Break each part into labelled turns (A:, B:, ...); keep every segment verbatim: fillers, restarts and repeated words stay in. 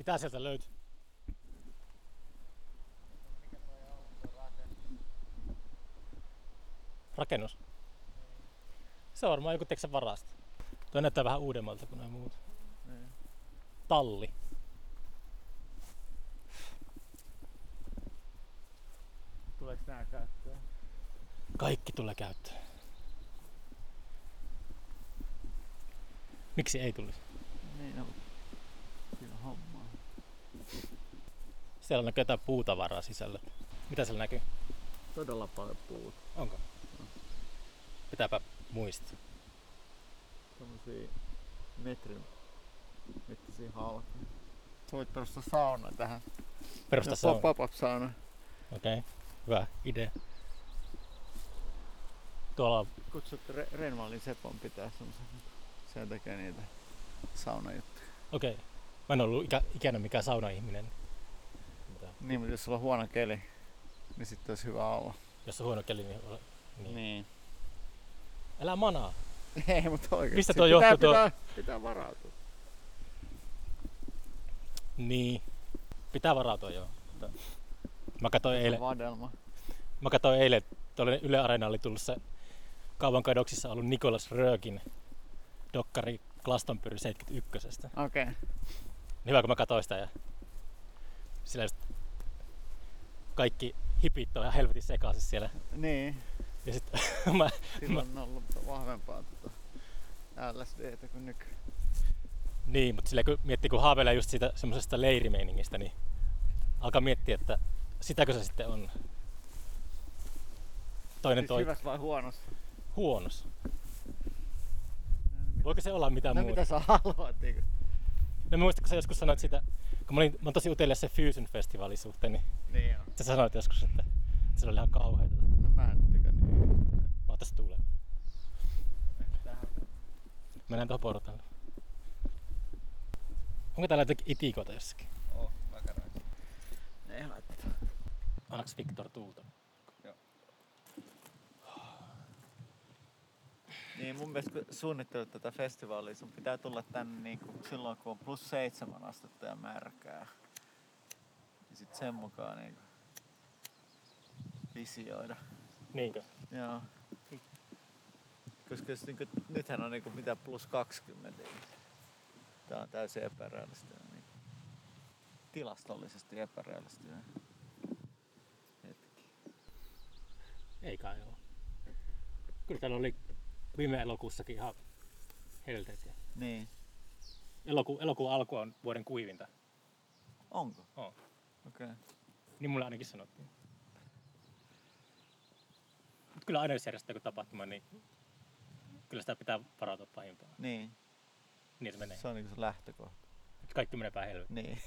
A: Mitä sieltä löytyy?
B: Mikä toi on? Tuo rakennus.
A: Rakennus? Se on varmaan joku teksä varasto. Tuo näyttää vähän uudemmalta kuin nämä muut.
B: Niin.
A: Talli.
B: Tuleeko nää käyttöön?
A: Kaikki tulee käyttöön. Miksi ei tulisi?
B: Niin no. Siinä on hommaa.
A: Siellä näkyy jotain puutavaraa sisällä. Mitä siellä näkyy?
B: Todella paljon puuta.
A: Onko? Pitääpä muistaa.
B: Tommosia metrin mittaisia halkoja. Sä voit perustaa saunan tähän.
A: Perusta sauna.
B: Pop-up sauna.
A: Okei, okay. Hyvä idea. Tuolla on...
B: Kutsut Re- Renvallin Sepon pitää semmosen. Se tekee niitä saunajuttuja.
A: Okei. Okay. Mä en ollut ikä, ikänä mikään saunaihminen. Mitä?
B: Niin, mutta jos sulla on huono keli, niin sitten olisi hyvä olla.
A: Jos on huono keli, niin... niin.
B: Niin.
A: Älä manaa.
B: Ei, mutta oikeesti.
A: Mistä tuo
B: pitää,
A: johtuu tuo?
B: Pitää, pitää varautua.
A: Niin. Pitää varautua joo. Mä katsoin eilen,
B: Vadelma.
A: mä katsoin eilen, tuolle Yle Areena oli tullut se kaupan kadoksissa ollut Nicolas Röökin dokkari Glastonbury seitsemänkymmentäyksi.
B: Okei. Okay.
A: Hyvä kun mä katsoin sitä ja sillä just kaikki hipit on ihan helvetin sekaisin siellä.
B: Niin.
A: Ja sit mä,
B: Silloin on ollut vahvempaa tota L S D:tä kuin nyky.
A: niin, mutta sillä kun miettii, kun haaveilee just siitä semmosesta leirimeiningistä, niin alkaa miettiä, että sitäkö se sitten on. Toinen
B: Siis
A: toi
B: hyvässä vai huonossa?
A: huonos.
B: No,
A: Voiko se olla mitään
B: no
A: muuta?
B: mitä sä haluat? Niin?
A: No muistatko sä joskus sanoit sitä, kun mä olin, mä olin tosi utelias se Fusion-festivaalin suhteen, niin
B: Niin joo.
A: sä sanoit joskus, että se oli ihan kauheeta.
B: No mä en tykännyt yhtään.
A: Oota se tulee.
B: Tähän.
A: Mennään tuohon portaille. Onko täällä jotenkin itikoita jossakin?
B: Oh, mä käyn. Ei haittaa.
A: Annaks Victor tuulta?
B: Joo. Niin mun mielestä kun suunnittelet tätä festivaalia, sun pitää tulla tänne niinku silloin kun on plus seitsemän astetta ja märkää. Ja sit sen mukaan niinku visioida.
A: Niinkö?
B: Joo. Koska jos niinku, nythän on niinku mitä plus kaksikymmentä. Tää on täysin epärealistinen. Niinku. Tilastollisesti epärealistinen. Hetki.
A: Ei kai oo. Kyllä täällä oli viime elokuussakin ihan helteet.
B: Niin.
A: Eloku, elokuun alku on vuoden kuivinta.
B: Onko?
A: On.
B: Okei. Okay.
A: Niin mulle ainakin sanottiin. Mut kyllä aina jos järjestää joku tapahtuma, niin kyllä sitä pitää varautua pahimpaan.
B: Niin.
A: Niin se menee.
B: Se on niinku se lähtökohta.
A: Nyt kaikki menee päin helvettiin.
B: Niin.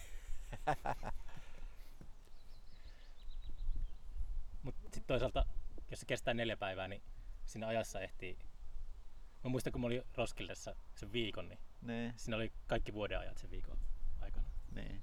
A: Mut sit toisaalta, jos se kestää neljä päivää, niin siinä ajassa ehtii. Mä muistan, kun mä olin Roskildessa sen viikon, niin
B: Niin.
A: siinä oli kaikki vuoden ajat sen viikon aikana.
B: Niin.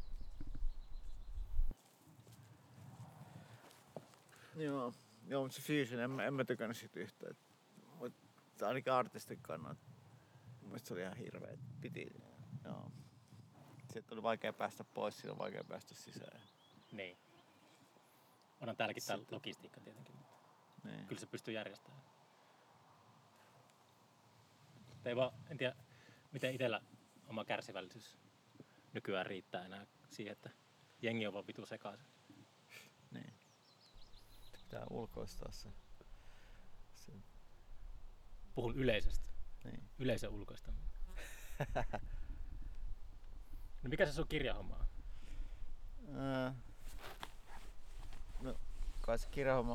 B: Joo. Joo, mutta se Fusion, en, mä- en mä tykännyt siitä yhtään. Mutta ainakin artistin kannalta. Mun mielestä se oli ihan hirveä. Piti, joo. Sieltä oli vaikea päästä pois, siitä on vaikea päästä sisään.
A: Niin. Onhan täälläkin tää
B: Sitten-
A: logistiikka tietenkin.
B: Niin.
A: Kyllä se pystyy järjestämään. Mutta ei vaan, en tiedä, miten itsellä oma kärsivällisyys nykyään riittää enää siihen, että jengi on vaan vitu sekaisin.
B: Niin. Pitää ulkoistaa se. se.
A: Puhun yleisesti.
B: Niin.
A: Yleisön ulkoistaminen. No mikä se sun kirjahomma on?
B: Ää, no, kai se kirjahomma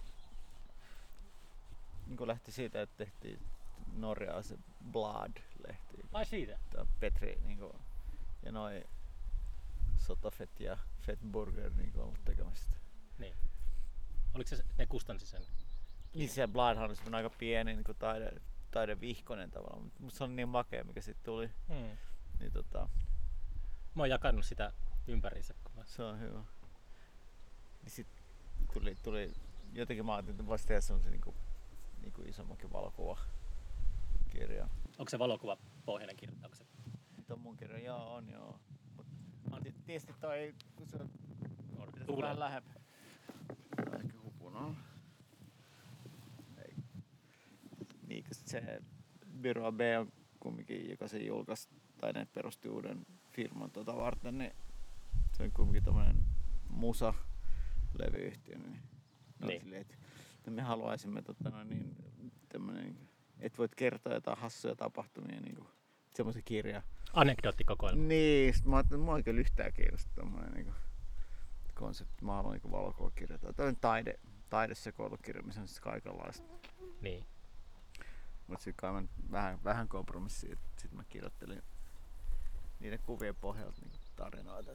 B: niin lähti siitä, että tehtiin Norjaa se Blood-lehti.
A: Ai siitä?
B: Tää Petri niin kuin, ja noi Sotafet ja Fetburger niin ollut tekemästä.
A: Niin. Oliko se, ne kustansi sen?
B: Niin se Bloodhan oli semmonen aika pieni niin kuin taide, taidevihkonen tavallaan, mutta musta se oli niin makea mikä siitä tuli.
A: Hmm.
B: Niin tota,
A: Mä oon jakanut sitä ympäriinsä. Kun mä...
B: se on hyvä. Niin sit tuli, tuli jotenkin mä ajattelin, että voisi tehdä semmosen niinku, niinku isommankin valokuva kirja.
A: Onko se valokuva pohjainen kirja? Onko se...
B: Tuo mun kirja, joo on joo. Mut
A: Mä oon
B: Tietysti toi, kun se on
A: Tuulee.
B: vähän lähempä. Tää ehkä hupun on. Ei. Niin, kun se Byrå B on kumminkin, joka se julkaisi, tai ne perusti uuden firman tuota varten, niin se on kumminkin tommonen musa-levyyhtiö. Niin,
A: Niin.
B: silleen, että me haluaisimme, tota, no, niin, tämmönen, että voit kertoa jotain hassuja tapahtumia, niin kuin semmoisen kirja.
A: Anekdoottikokoelma.
B: Niin, sit mä ajattelin, että mua ei kyllä yhtään kiinnostaa tommonen niin konsepti. Mä haluan niin valokuvakirja tai tämmönen taide, taidesekoilukirja, missä on siis kaikenlaista.
A: Niin.
B: Mutta sitten kai mä vähän, vähän kompromissia, sitten mä kirjoittelin niiden kuvien pohjalta niin tarinoita,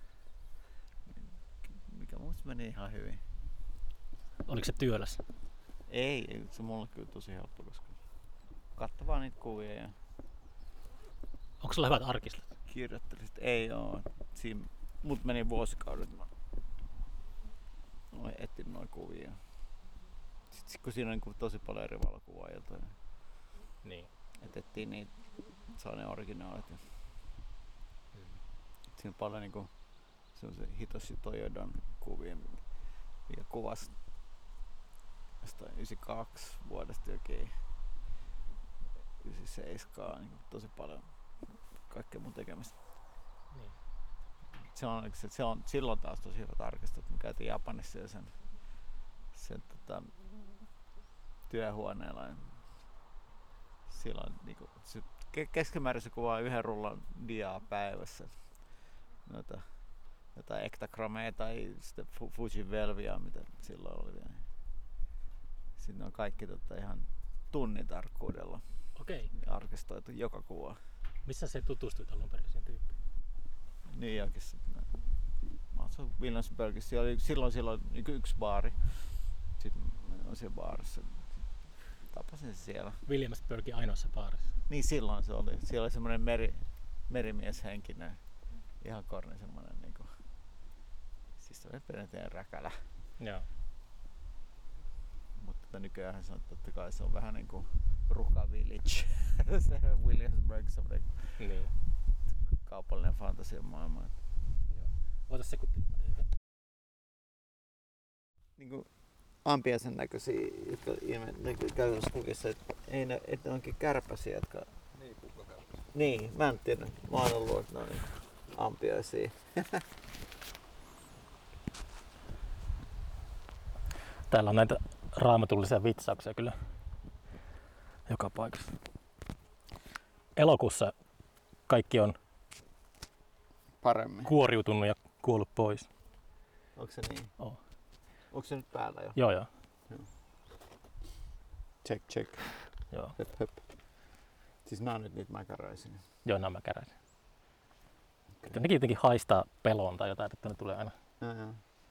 B: mikä mun mielestä meni ihan hyvin.
A: Oliko se työläs?
B: Ei, ei, se mulle kyllä tosi helppo, koska katso vaan niitä kuvia ja
A: Onko sulla hyvät arkistot?
B: kirjoittelin, että ei oo. Siinä mut meni vuosikaudet, mä noin etsin noin kuvia. Sitten kun siinä on niin tosi paljon eri valokuvaajilta,
A: Niin.
B: etettiin niitä, saa ne originaalit. Ja
A: Mm.
B: siinä on paljon niinku semmosia Hitoshi Toyodan kuvia, mikä kuvasi jostain yhdeksänkymmentäkaksi vuodesta jokin yhdeksänkymmentäseitsemän, niin tosi paljon kaikkea mun tekemistä.
A: Niin.
B: Se on, se, se on silloin taas tosi hyvät arkistot. Me käytiin Japanissa ja sen, sen tota, työhuoneella. Ja silloin niinku, se keskimäärin se kuvaa yhden rullan diaa päivässä. Noita, jotain ektagrameja tai sitten Fuji Velvia, mitä silloin oli vielä. Sitten on kaikki tota, ihan tunnin tarkkuudella
A: Okei.
B: arkistoitu joka kuva.
A: Missä se tutustuit alun perin siihen tyyppiin?
B: New Yorkissa. Mä asuin Williamsburgissa. Siellä oli silloin, silloin yksi baari. Sitten mä olin siellä baarissa. Tapasin se siellä.
A: Williamsburgin ainoassa baarissa.
B: Niin silloin se oli. Siellä oli semmoinen meri, merimieshenkinen. Ihan korni semmoinen niinku. Siis semmoinen perinteinen räkälä.
A: Joo.
B: Mutta tota nykyään se on totta kai se on vähän niinku Ruka Village. Se Williamsburg semmoinen
A: Niin.
B: kaupallinen fantasian maailma.
A: Joo. Ota sekunti. Mä teen yhden.
B: Niinku ampiaisen näköisiä, jotka ilme, niinku käytännössä kuvissa, että ei ne, että ne onkin kärpäsiä, jotka...
C: Niin, kukkakärpäsiä.
B: Niin, mä en tiedä. Mä oon ollut, että ne on niinku ampiaisia.
A: Täällä on näitä raamatullisia vitsauksia kyllä joka paikassa. Elokuussa kaikki on
B: Paremmin.
A: kuoriutunut ja kuollut pois.
B: Onko se niin?
A: Oo.
B: Onko se nyt päällä jo?
A: Joo joo.
B: Check, check.
A: Joo,
B: Höp, höp. Siis nää on nyt niitä mäkäräisiä.
A: joo nämä käräisin. Okay. Nekin jotenkin haistaa pelon tai jotain, että ne tulee aina.
B: Ja, ja.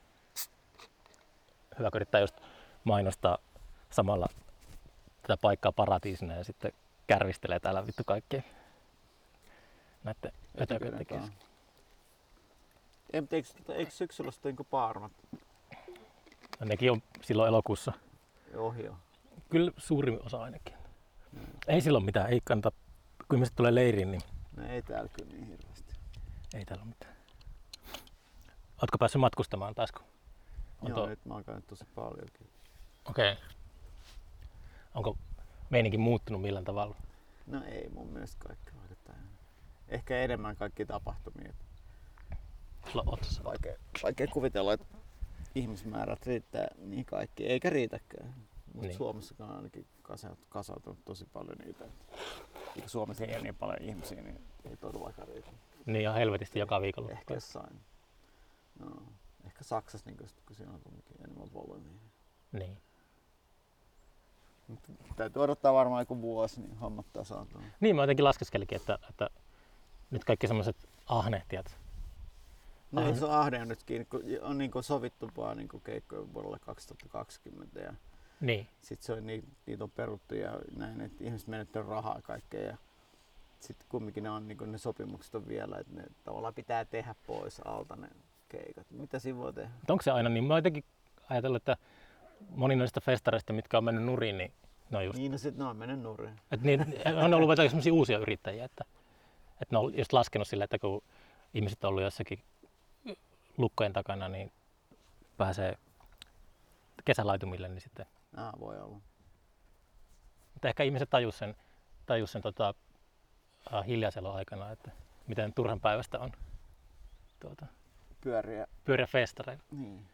A: Hyvä, kun yrittää just mainostaa samalla tätä paikkaa paratiisina ja sitten kärvistelee täällä vittu kaikkea näitten ötököiden kesken.
B: Ei, mutta eikö, eikö syksyllä sitten niinku paarmat
A: Ja nekin on silloin elokuussa.
B: ohi jo?
A: Kyllä suurin osa ainakin.
B: Mm.
A: Ei silloin mitään, ei kannata. Kun ihmiset tulee leiriin, niin
B: No ei täällä kyllä niin hirveästi.
A: ei täällä ole mitään. Ootko päässyt matkustamaan taas? Kun on
B: Joo,
A: tuo...
B: nyt mä oon käynyt tosi paljonkin.
A: Okei. Okay. Onko meininki muuttunut millään tavalla?
B: No ei mun mielestä kaikki oikeastaan. Ehkä enemmän kaikki tapahtumia.
A: Sulla on otsassa.
B: Vaikea, vaikea kuvitella, että ihmismäärät riittää niin kaikki. Eikä riitäkään. Mutta
A: Niin.
B: Suomessakaan on ainakin kasautunut, kasautunut tosi paljon niitä. Kun Suomessa ei ole niin paljon ihmisiä, niin ei todellakaan riitä.
A: Niin ihan helvetisti joka viikolla.
B: Ehkä jossain. No, ehkä Saksassa, niin kun siinä on kuitenkin enemmän volyymiä.
A: Niin.
B: Mutta täytyy odottaa varmaan joku vuosi, niin hommat tasautuu.
A: Niin mä jotenkin laskeskelinkin, että, että nyt kaikki semmoiset ahnehtijat.
B: No
A: Ahne-
B: ei se on ahdeen nyt kiinni, kun on niin sovittu vaan niin keikkoja vuodelle kaksituhattakaksikymmentä ja
A: Niin.
B: sitten se on, niitä, niitä on peruttu ja näin, että ihmiset menettää rahaa kaikkea ja sitten kumminkin ne, on, niin ne sopimukset on vielä, että ne tavallaan pitää tehdä pois alta ne keikat. Mitä siinä voi tehdä?
A: Mutta onko se aina niin? Mä oon jotenkin ajatellut, että moni noista festareista, mitkä on mennyt nurin, niin ne on just...
B: Niin, no sit ne on mennyt nurin.
A: Että niin, on ollut jotain semmoisia uusia yrittäjiä, että, että ne on just laskenut sille, että kun ihmiset on ollut jossakin lukkojen takana, niin pääsee kesälaitumille, niin sitten.
B: Ah, voi olla.
A: Mutta ehkä ihmiset tajus sen, tajus sen tota, uh, hiljaiselon aikana, että miten turhan päivästä on tuota,
B: Pyöriä.
A: pyöriä festareilla.
B: Niin.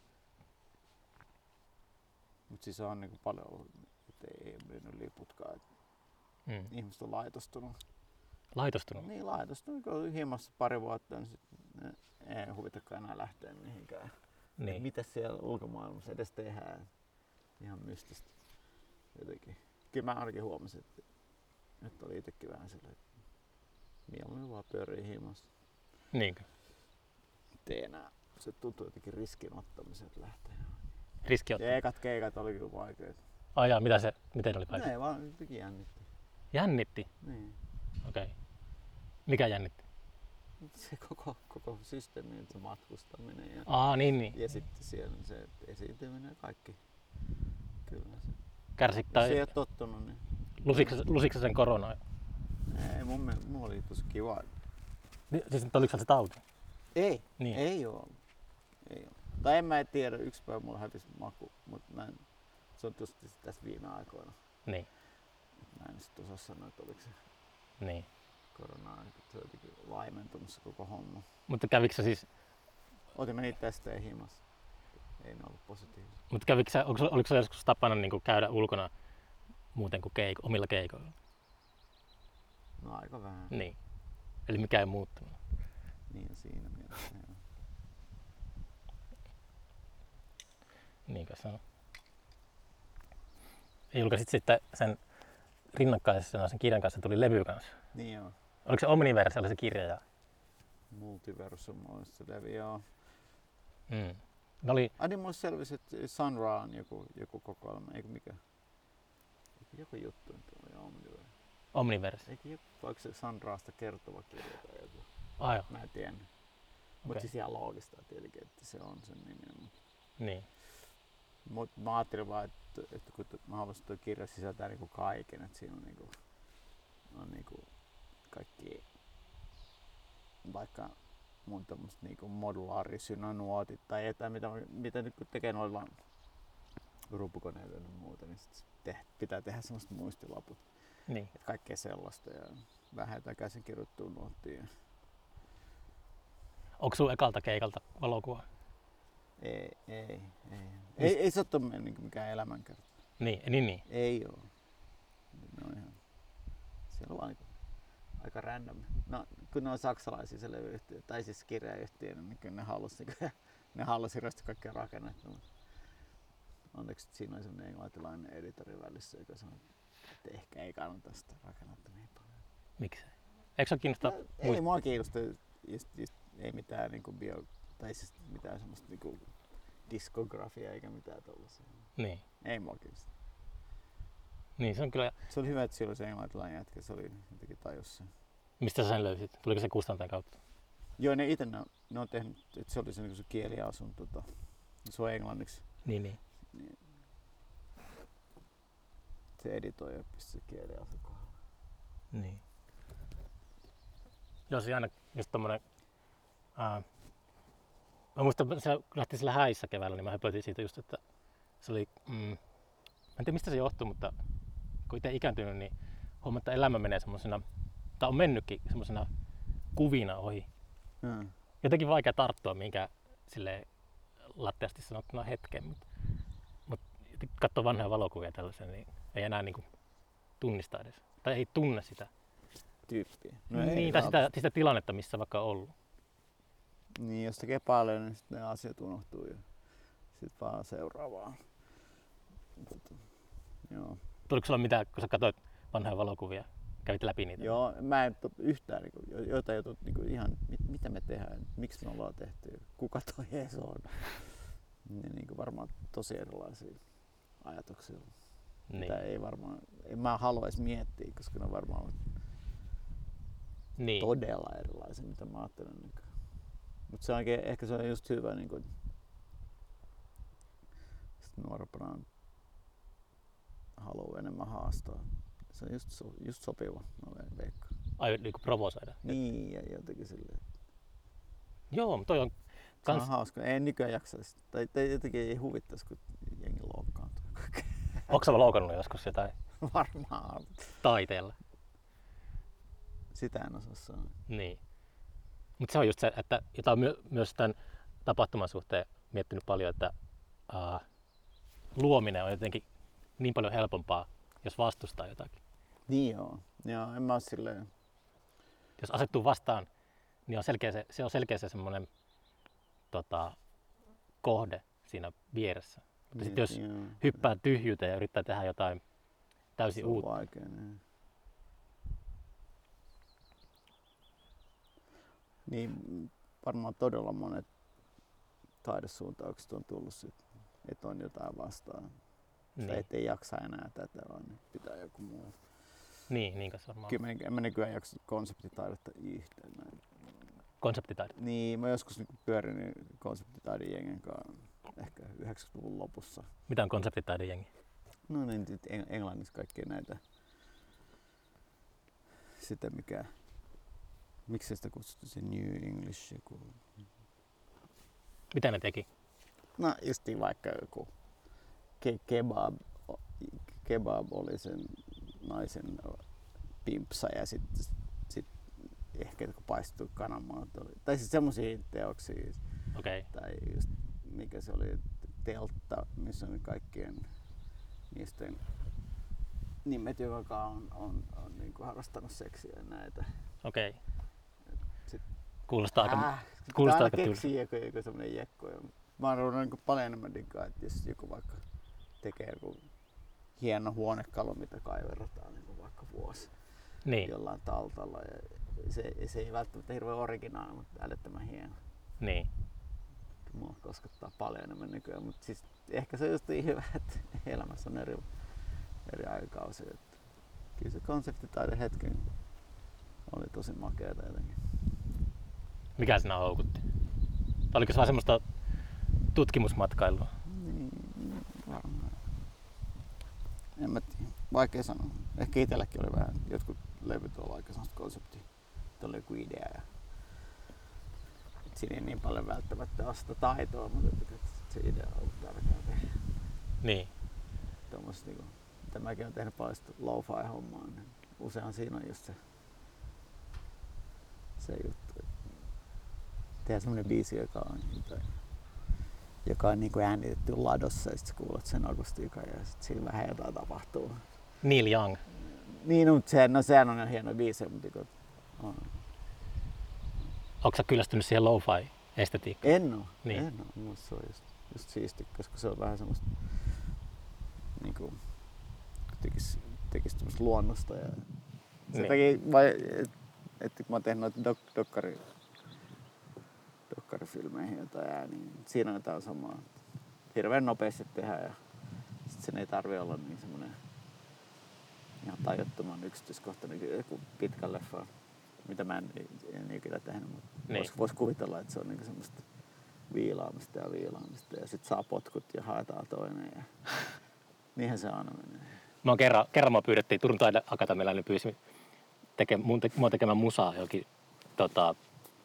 B: Mut siis on niinku paljon ollut, että ei mennyt liputkaan.
A: Mm.
B: Ihmiset on laitostunut.
A: Laitostunut?
B: Niin, laitostunut. Kun oli himassa pari vuotta, niin sit ne ei huvitakaan enää lähteä mihinkään.
A: Niin.
B: Mitä siellä ulkomaailmassa edes tehdään? Ihan mystistä. Jotenkin. Kyllä mä ainakin huomasin, että nyt oli itsekin vähän silleen, että mieluummin vaan pyörii himassa.
A: Niinkö?
B: Ei enää. Se tuntuu jotenkin riskinottamiselta lähteä.
A: Riskiotto?
B: Ja ekat keikat oli kyllä vaikeita.
A: Ai jaa, mitä se, miten oli
B: No
A: vaikea?
B: ei vaan jotenkin jännitti.
A: Jännitti?
B: Niin.
A: Okei. Okay. Mikä jännitti?
B: Se koko, koko systeemi, se matkustaminen ja,
A: Aa, niin niin.
B: ja sitten siellä se esiintyminen ja kaikki. Kyllä se.
A: Kärsik
B: Jos
A: tai
B: ei ole tottunut, niin
A: lusitko, lusitko sen koronaa?
B: ei, mun mielestä mulla oli tosi kiva.
A: Ni- Siis oliko se tauti?
B: Ei,
A: Niin.
B: ei oo. Ei oo. Tai en mä tiedä, yksi päivä mulla hävisi maku, mutta mä en, se on tietysti tässä viime aikoina.
A: Niin.
B: Mä en sit osaa sanoa, että oliko se
A: Niin.
B: koronaa, että se on jotenkin laimentunut se koko homma.
A: Mutta kävikö sä siis,
B: Otin mä niitä testejä himassa. Ei ne ollut positiivisia.
A: mutta kävikö sä, oliko, oliko sä joskus tapana niin kuin käydä ulkona muuten kuin keiko, omilla keikoilla?
B: No aika vähän.
A: Niin. Eli mikä ei muuttunut.
B: Niin siinä mielessä. Joo.
A: Niinkö se on? Ja julkaisit sitten sen rinnakkaisena sen kirjan kanssa tuli levy kanssa.
B: Niin joo.
A: Oliko se Omniverse oli se kirja? Ja...
B: Multiversum olisi se levy, joo.
A: Mm. Ne oli,
B: Ai niin mulle selvisi, että Sun Ra on joku, joku kokoelma, eikö mikä? Eikö joku juttu nyt oli Omniverse?
A: Omniverse.
B: Eikö joku, vaikka se Sun Raasta kertova kirja tai joku?
A: Ai joo.
B: Mä en tiedä. Mutta
A: Okei.
B: siis ihan loogista tietenkin, että se on sen nimi. Mutta
A: Niin.
B: mut mä ajattelin vaan, että, että kun t- mä haluaisin, että tuo kirja sisältää niinku kaiken, että siinä on, niinku, on niinku kaikki vaikka mun tämmöset niinku modulaarisynänuotit tai jotain, mitä, mitä nyt kun tekee noilla rupukoneilla ja muuta, niin sit te, pitää tehdä semmoset muistilaput.
A: Niin.
B: Et kaikkea sellaista ja vähän jotain käsikirjoittua nuottia.
A: Onko sun ekalta keikalta valokuva?
B: Ei, ei, ei. Ei, ei se ole tommoinen niin mikään elämänkerta.
A: Niin, niin, niin.
B: Ei oo. Ne on ihan, siellä on vaan niinku aika random. No, kun ne on saksalaisia se levyyhtiö, tai siis kirjayhtiö, niin kyllä ne halusi, ne halusi hirveästi kaikkea rakennettua. Onneksi siinä oli semmoinen englantilainen editori välissä, joka sanoi, että ehkä ei kannata sitä rakennetta niin paljon.
A: Miksei? Eikö se kiinnosta?
B: No, ei mua kiinnosta, just, just, ei mitään niinku bio, tai siis mitään semmoista niinku diskografiaa eikä mitään tollasia.
A: Niin.
B: Ei mua kiinnosta.
A: Niin, se on kyllä.
B: Se oli hyvä, että siellä oli se englantilainen jätkä, se oli jotenkin tajus sen.
A: Mistä sä sen löysit? Tuliko se kustantajan kautta?
B: Joo, ne itse ne, on- ne on tehnyt, että se oli se, niin se kieliasun, tota, se on englanniksi.
A: Niin, niin.
B: Niin se editoi ja pisti se kieliasun kohdalla.
A: Niin. Joo, se aina just tommonen... Ää, mä muistan, kun se lähti sillä häissä keväällä, niin mä höpötin siitä just, että se oli... Mm, mä en tiedä mistä se johtuu, mutta kun itse ikääntynyt, niin huomaa, että elämä menee semmosena... Tai on mennytkin semmosena kuvina ohi.
B: Hmm.
A: Jotenkin vaikea tarttua mihinkään silleen latteasti sanottuna hetkeen, mutta, mutta katsoo vanhoja valokuvia tällaisen, niin ei enää niinku tunnista edes. Tai ei tunne sitä.
B: Tyyppiä.
A: No niin, tai sitä, sitä tilannetta, missä vaikka on ollut.
B: Niin, jos tekee paljon, niin sitten ne asiat unohtuu ja sitten vaan seuraavaan. Tota, joo.
A: Tuliko sulla mitään, kun sä katsoit vanhoja valokuvia, kävit läpi niitä?
B: Joo, mä en to- yhtään niinku, jo- jotain jutut niinku ihan, mit, mitä me tehdään, miksi me ollaan tehty, ja kuka toi ees on. Niin niinku varmaan tosi erilaisia ajatuksia,
A: Niin.
B: mitä ei varmaan, en mä haluais miettiä, koska ne on varmaan
A: Niin.
B: todella erilaisia, mitä mä ajattelen. Niinku. Mut se onkin, ehkä se on just hyvä, niinku, sit nuorempana haluaa enemmän haastaa. Se on just, so, just sopiva, mä veikkaan.
A: Ai niinku provosoida.
B: Niin, ja jotenkin silleen.
A: Joo, mutta toi on, Kans...
B: on hauska. Ei nykyään jaksaisi. Tai, tai jotenkin ei huvittaisi, kun jengi loukkaantuu.
A: Onko sä loukannut joskus jotain?
B: Varmaan.
A: Taiteella.
B: Sitä en osaa sanoa.
A: Niin. Mutta se on just se, että jota on my- myös tämän tapahtuman suhteen miettinyt paljon, että uh, luominen on jotenkin niin paljon helpompaa, jos vastustaa jotakin.
B: Niin joo. Joo, en mä oo silleen...
A: Jos asettuu vastaan, niin on selkeä se, se on selkeä se semmoinen tota, kohde siinä vieressä. Mutta
B: Niin,
A: sitten jos
B: joo.
A: hyppää tyhjyyteen ja yrittää tehdä jotain täysin
B: Se on
A: uutta.
B: vaikea, niin. Niin varmaan todella monet taidesuuntaukset on tullut sit, että on jotain vastaan.
A: Niin.
B: Tai ettei jaksa enää tätä, vaan niin pitää joku muu.
A: Niin, niin kanssa varmaan.
B: Kyllä mä, en mä nykyään jaksa konseptitaidetta yhtään. Näin.
A: Konseptitaide.
B: Niin, mä joskus niin pyörin konseptitaidejengen kanssa ehkä yhdeksänkymmentäluvun lopussa.
A: Mitä on konseptitaidejengi?
B: No niin, sit eng- englannissa kaikkia näitä, sitä mikä, miksi sitä kutsuttu se New English joku.
A: Mitä ne teki?
B: No justiin vaikka joku ke- kebab, kebab oli sen naisen pimpsa ja sitten sit ehkä joku paistettu kananmaat oli. Tai siis semmosia teoksia.
A: Okei. Okay.
B: Tai just mikä se oli, teltta, missä on kaikkien niisten nimet, joka on, on, on niin kuin harrastanut seksiä ja näitä.
A: Okei. Okay.
B: Sit,
A: Kuulostaa aika...
B: äh,
A: kuulostaa aika
B: keksii joku, joku semmonen jekko. Mä oon ruvennut niin paljon enemmän diggaa, että jos joku vaikka tekee joku hieno huonekalu, mitä kaiverrataan niin kuin vaikka vuosi
A: niin.
B: jollain taltalla. Ja se, se ei välttämättä hirveän originaali, mutta älyttömän hieno.
A: Niin.
B: Mua koskettaa paljon enemmän nykyään, mutta siis ehkä se on just niin hyvä, että elämässä on eri, eri aikakausia. Että kyllä se konseptitaide hetken oli tosi makeata jotenkin.
A: Mikä sinä houkutti? Oliko se vaan semmoista tutkimusmatkailua?
B: Niin, varmaan. En mä tiedä. Vaikea sanoa. Ehkä itselläkin oli vähän, jotkut levyt oli aika semmoista konseptia. Että oli joku idea. Ja siinä ei niin paljon välttämättä ole sitä taitoa, mutta se idea on ollut tärkeää tehdä.
A: Niin.
B: Tuommoista, niin kuin, mitä mäkin olen tehnyt paljon sitä lo-fi-hommaa, niin usein siinä on just se, se juttu, että tehdään semmoinen biisi, joka on, joka on niin kuin äänitetty ladossa ja sitten kuulet sen akustiikan ja sitten siinä vähän jotain tapahtuu.
A: Neil Young.
B: Niin, no, mutta se, no, sehän on ihan hieno biisi, mutta on.
A: Onko sä kyllästynyt siihen lo-fi-estetiikkaan?
B: En oo,
A: niin.
B: en oo. Minusta se on just, just siisti, koska se on vähän semmoista niinku tekis, tekis semmoista luonnosta. Ja se
A: niin.
B: teki, vai, et, et, kun mä oon tehnyt noita dok, dokkari, dokkarifilmeihin jotain ääniä, niin siinä on jotain samaa. Hirveän nopeasti tehdään ja sit sen ei tarvi olla niin semmoinen ihan tajuttoman yksityiskohtainen kuin joku pitkä leffa. Mitä mä en, en ikinä tehnyt, mutta niin. vois, vois kuvitella, että se on niinku semmoista viilaamista ja viilaamista ja sit saa potkut ja haetaan toinen ja niinhän se aina menee.
A: Mä oon kerran, kerran mä pyydettiin Turun Taideakatemialla, niin pyysi teke, mun, te, mua tekemään musaa johonkin tota,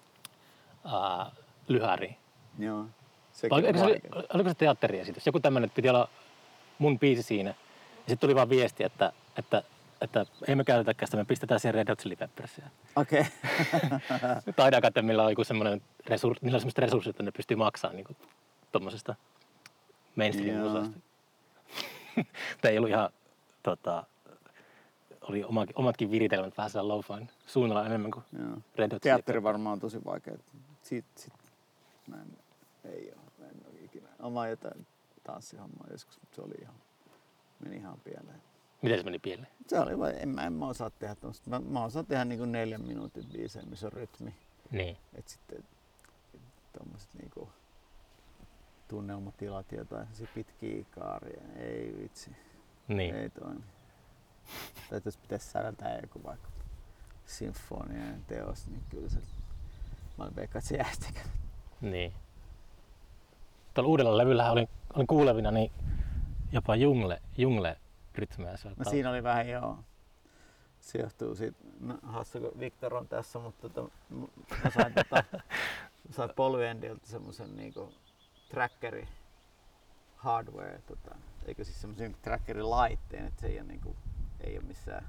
A: ää, lyhäriin.
B: Joo.
A: Oliko se, oliko se teatteriesitys? Joku tämmönen, että piti olla mun biisi siinä. Ja sit tuli vaan viesti, että, että että ei me käytetäkään sitä, me pistetään siihen Red Hot Chili Peppersia.
B: Okei.
A: Okay. Taideakatemialla on joku semmoinen resurssi, niillä on semmoiset resurssit, että ne pystyy maksamaan niinku tommosesta mainstream-musasta. Mutta ei ollut ihan, tota, oli omakin, omatkin viritelmät vähän siellä lo-fine suunnalla enemmän kuin
B: Joo.
A: Red Hot.
B: Teatteri varmaan on tosi vaikea. Siitä, sit, mä en, ei oo, mä en oo ikinä. Oma jotain tanssihommaa joskus, mutta se oli ihan, meni ihan pieleen.
A: Miten se meni pieleen?
B: Se oli vaan, en mä, en mä osaa tehdä tommoista. Mä, mä osaan tehdä niinku neljän minuutin biisejä, missä on rytmi.
A: Niin.
B: Et sitten tommoset niinku tunnelmatilat, jotain pitkiä kaaria. Ei vitsi.
A: Niin.
B: Ei toimi. Tai jos pitäisi säveltää joku vaikka sinfoninen teos, niin kyllä se, mä olin veikkaan, että se jäisi tekemään.
A: Niin. Tuolla uudella levyllähän olin, olin kuulevina niin jopa jungle, jungle rytmeä.
B: No siinä oli vähän joo. Se johtuu siitä, no hassu kun Victor on tässä, mutta tota, mä sain tota, sain Polyendilta semmosen niinku trackeri hardware, tota, eikö siis semmosen trackerin laitteen, että se ei oo niinku, ei oo missään,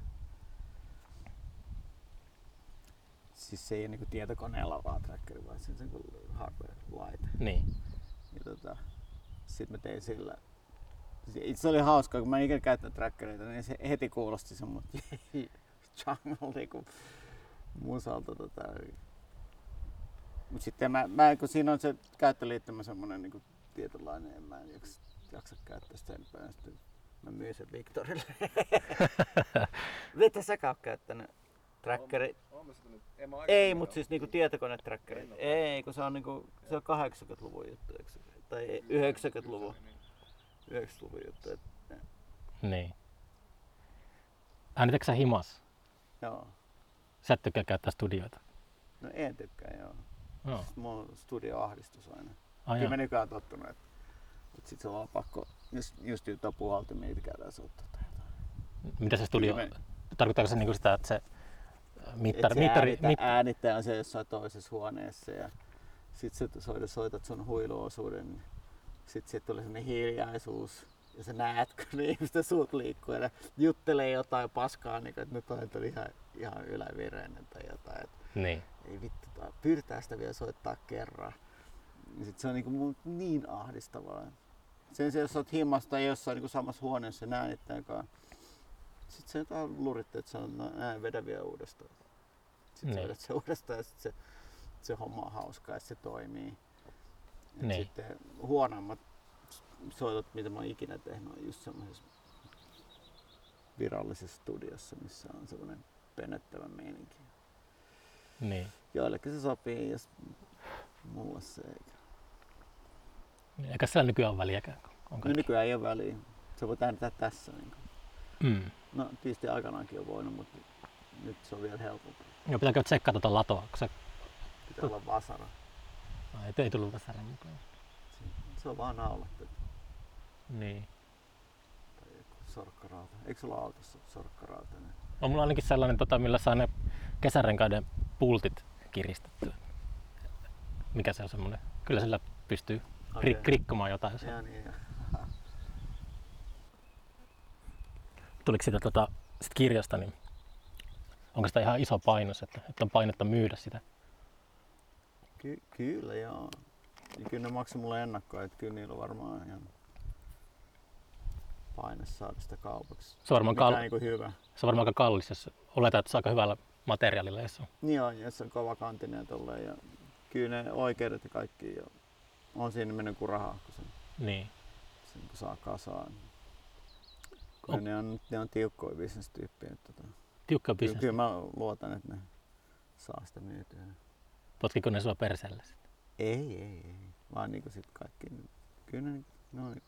B: siis se ei oo niinku tietokoneella vaan trackeri, vaan se on niinku hardware-laite.
A: Niin.
B: Ja tota, sit mä tein sillä. Se oli hauskaa, kun mä en ikinä käyttänyt trackereita, niin se heti kuulosti semmoinen jungle niinku musalta. Tota. Mut sitten mä, mä, kun siinä on se käyttöliittymä semmonen niinku tietynlainen, en mä en jaksa, jaksa käyttää sitä enempää. Sitten mä myin sen Victorille. Mitä säkään oot käyttänyt trackeri? Ei, mut siis niinku tietokonetrackeri. Ei, kun se on niinku, se on kahdeksankymmentäluvun juttu, tai yhdeksänkymmentäluvun. yhdeksänkymmentäluvun juttu. Et,
A: niin. Äänitätkö sä himas?
B: Joo.
A: Sä et tykkää käyttää studioita?
B: No en tykkää, joo.
A: Joo.
B: Mulla on studioahdistus aina.
A: Ai
B: Kyllä
A: joo.
B: mä nykyään tottunut, että et sit se on vaan pakko, just, just jotain puhaltimia, niitä käydään soittaa tai jotain.
A: Mitä se studio,
B: Me,
A: tarkoittaako se niinku sitä, että se mittari,
B: et se
A: mittari,
B: äänittää,
A: mit...
B: äänittää on se jossain toisessa huoneessa ja sit sä soitat, soitat sun huiluosuuden, niin sit siitä tulee sellainen hiljaisuus ja sä näet, kun ne ihmisten suut liikkuu ja ne juttelee jotain paskaa, niin että nyt on ihan, ihan ylävireinen tai jotain. Et
A: Niin.
B: ei vittu, pyydetään sitä vielä soittaa kerran. Ja sit se on niinku niin ahdistavaa. Sen sijaan, jos oot himmassa tai jossain niinku samassa huoneessa ja äänittääkaan, sit se jotain luritte, että sanoo, no ää, vedä vielä uudestaan. Sit
A: Niin.
B: sä vedät se uudestaan ja sit se, se homma on hauskaa ja se toimii. Et
A: Niin.
B: sitten huonommat soitot, mitä mä oon ikinä tehnyt, on just semmoisessa virallisessa studiossa, missä on semmoinen pönöttävä meininki.
A: Niin.
B: Joillekin se sopii ja mulle se eikä.
A: Eikä sillä nykyään ole väliäkään. On
B: No
A: kaikki.
B: nykyään ei ole väliä. Se voi äänittää tässä. Niin
A: Mm.
B: no tietysti aikanaankin on voinut, mutta nyt se on vielä helpompaa.
A: Joo, pitääkö tsekkaa tuota latoa, kun se
B: Pitää olla vasara.
A: no, ei, ei tullut vasaran mukaan.
B: Se, se on vaan naulattu.
A: Niin.
B: Tai joku sorkkarauta. Eikö sulla autossa sorkkarauta? Niin?
A: On mulla ainakin sellainen, tota, millä saa ne kesärenkaiden pultit kiristettyä. Mikä se on semmonen? Kyllä sillä pystyy
B: Okei.
A: rik- rikkomaan jotain. Jos on.
B: Ja niin. Ja.
A: Tuliko siitä tota, sit kirjasta, niin onko sitä ihan iso painos, että, että on painetta myydä sitä?
B: Ky- kyllä joo. Ja kyllä ne maksoi mulle ennakkoa, että kyllä niillä on varmaan ihan paine saada sitä kaupaksi.
A: Se on varmaan,
B: Mikä on
A: kal-
B: niinku hyvä.
A: se on varmaan aika kallis, jos oletaan, että se on aika hyvällä materiaalilla. Jos on.
B: Niin on, ja se on kova kantinen ja tolleen. Ja kyllä ne oikeudet ja kaikki ja on siinä mennyt kuin rahaa, kun se,
A: Niin.
B: se niin saa kasaan.
A: On-
B: Oh. Ne on, ne on tiukkoja bisnestyyppejä. Tota.
A: Tiukka
B: Kyllä,
A: bisnes.
B: kyllä mä luotan, että ne saa sitä myytyä.
A: Potkiko ne sua perseelle sitten?
B: Ei, ei, ei. Vaan niinku sit kaikki, kyllä ne, ne on niinku,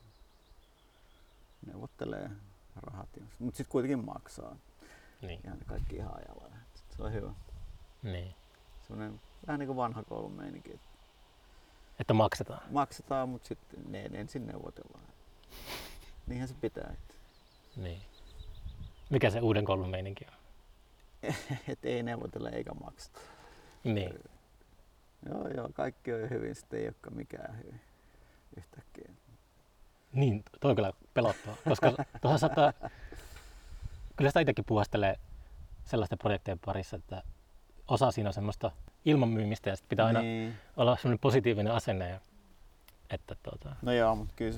B: neuvottelee rahat. Mutta sit kuitenkin maksaa.
A: Niin.
B: Ihan ne kaikki ihan ajalla. Se on hyvä.
A: Niin.
B: Sellainen vähän niinku vanha koulun meininki. Että
A: Että maksetaan.
B: maksetaan, mutta sitten ne ensin neuvotellaan. Niinhän se pitää. Että
A: Niin. Mikä se uuden koulun meininki on?
B: et ei neuvotella eikä makseta.
A: Niin.
B: Joo, joo, kaikki on hyvin, sitten ei olekaan mikään hyvin yhtäkkiä.
A: Niin, toi on kyllä pelottavaa, koska tuossa saattaa, kyllä sitä itsekin puhastelee sellaisten projektien parissa, että osa siinä on semmoista ilman myymistä ja sitten pitää aina
B: Niin.
A: olla semmoinen positiivinen asenne. Ja, että tuota,
B: No joo, mutta kyllä se,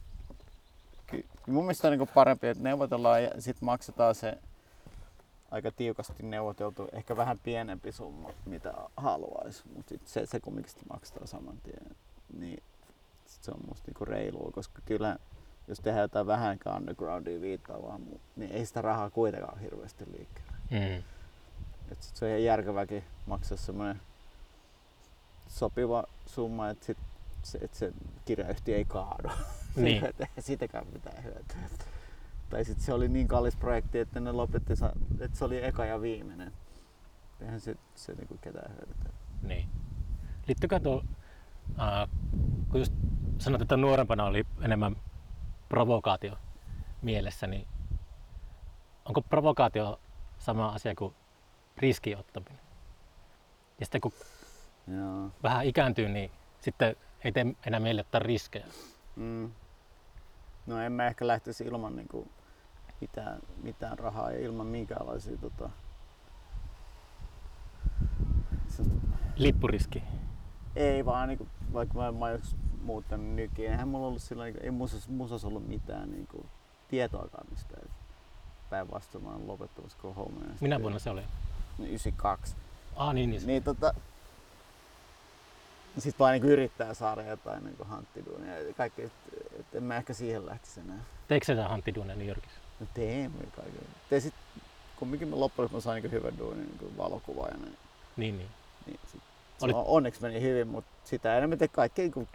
B: ky, mun mielestä on niinku parempi, että neuvotellaan ja sitten maksetaan se aika tiukasti neuvoteltu, ehkä vähän pienempi summa, mitä haluaisi, mutta se, se kumminkin sitten maksetaan saman tien. Niin sit se on musta niinku reilua, koska kyllä jos tehdään jotain vähänkään undergroundia viittaavaa, niin ei sitä rahaa kuitenkaan hirveästi liikkeelle.
A: mm,
B: Et sit se on ihan järkeväkin maksaa semmoinen sopiva summa, että sit se, et se kirjayhtiö ei kaadu.
A: Niin.
B: Että ei sitäkään mitään hyötyä. Tai sit se oli niin kallis projekti, että ne lopetti, sa- että se oli eka ja viimeinen. Eihän se, se niinku ketään hyödytä.
A: niin. Liittyykö tuo, äh, kun just sanoit, että nuorempana oli enemmän provokaatio mielessä, niin onko provokaatio sama asia kuin riskin ottaminen? Ja sitten kun
C: Joo.
A: vähän ikääntyy, niin sitten ei tee enää meille ottaa riskejä.
C: Mm. No en mä ehkä lähtisi ilman niinku mitään, mitään rahaa ja ilman minkäänlaisia tota...
A: Lippuriski.
C: Ei vaan niinku, vaikka mä, mä oon muuttanut nykin, eihän mulla ollut sillä niinku, ei musas, musas ollut mitään niinku tietoakaan mistään. Päinvastoin mä oon lopettamassa koko homma.
A: Minä vuonna se oli?
C: yhdeksänkymmentäkaksi.
A: Ah niin, niin.
C: Niin tota... Sitten vaan niinku yrittää saada jotain niinku hanttiduunia ja kaikki, et, et en mä ehkä siihen lähtisi enää.
A: Teikö sä hanttiduunia New Yorkissa?
C: No teemme kaiken. Te sit, kumminkin mä loppujen lopuksi mä sain niinku hyvän duunin niinku valokuvaajana.
A: Niin, niin.
C: Niin sit,
A: Olit...
C: onneksi meni hyvin, mutta sitä enemmän te kaikki niinku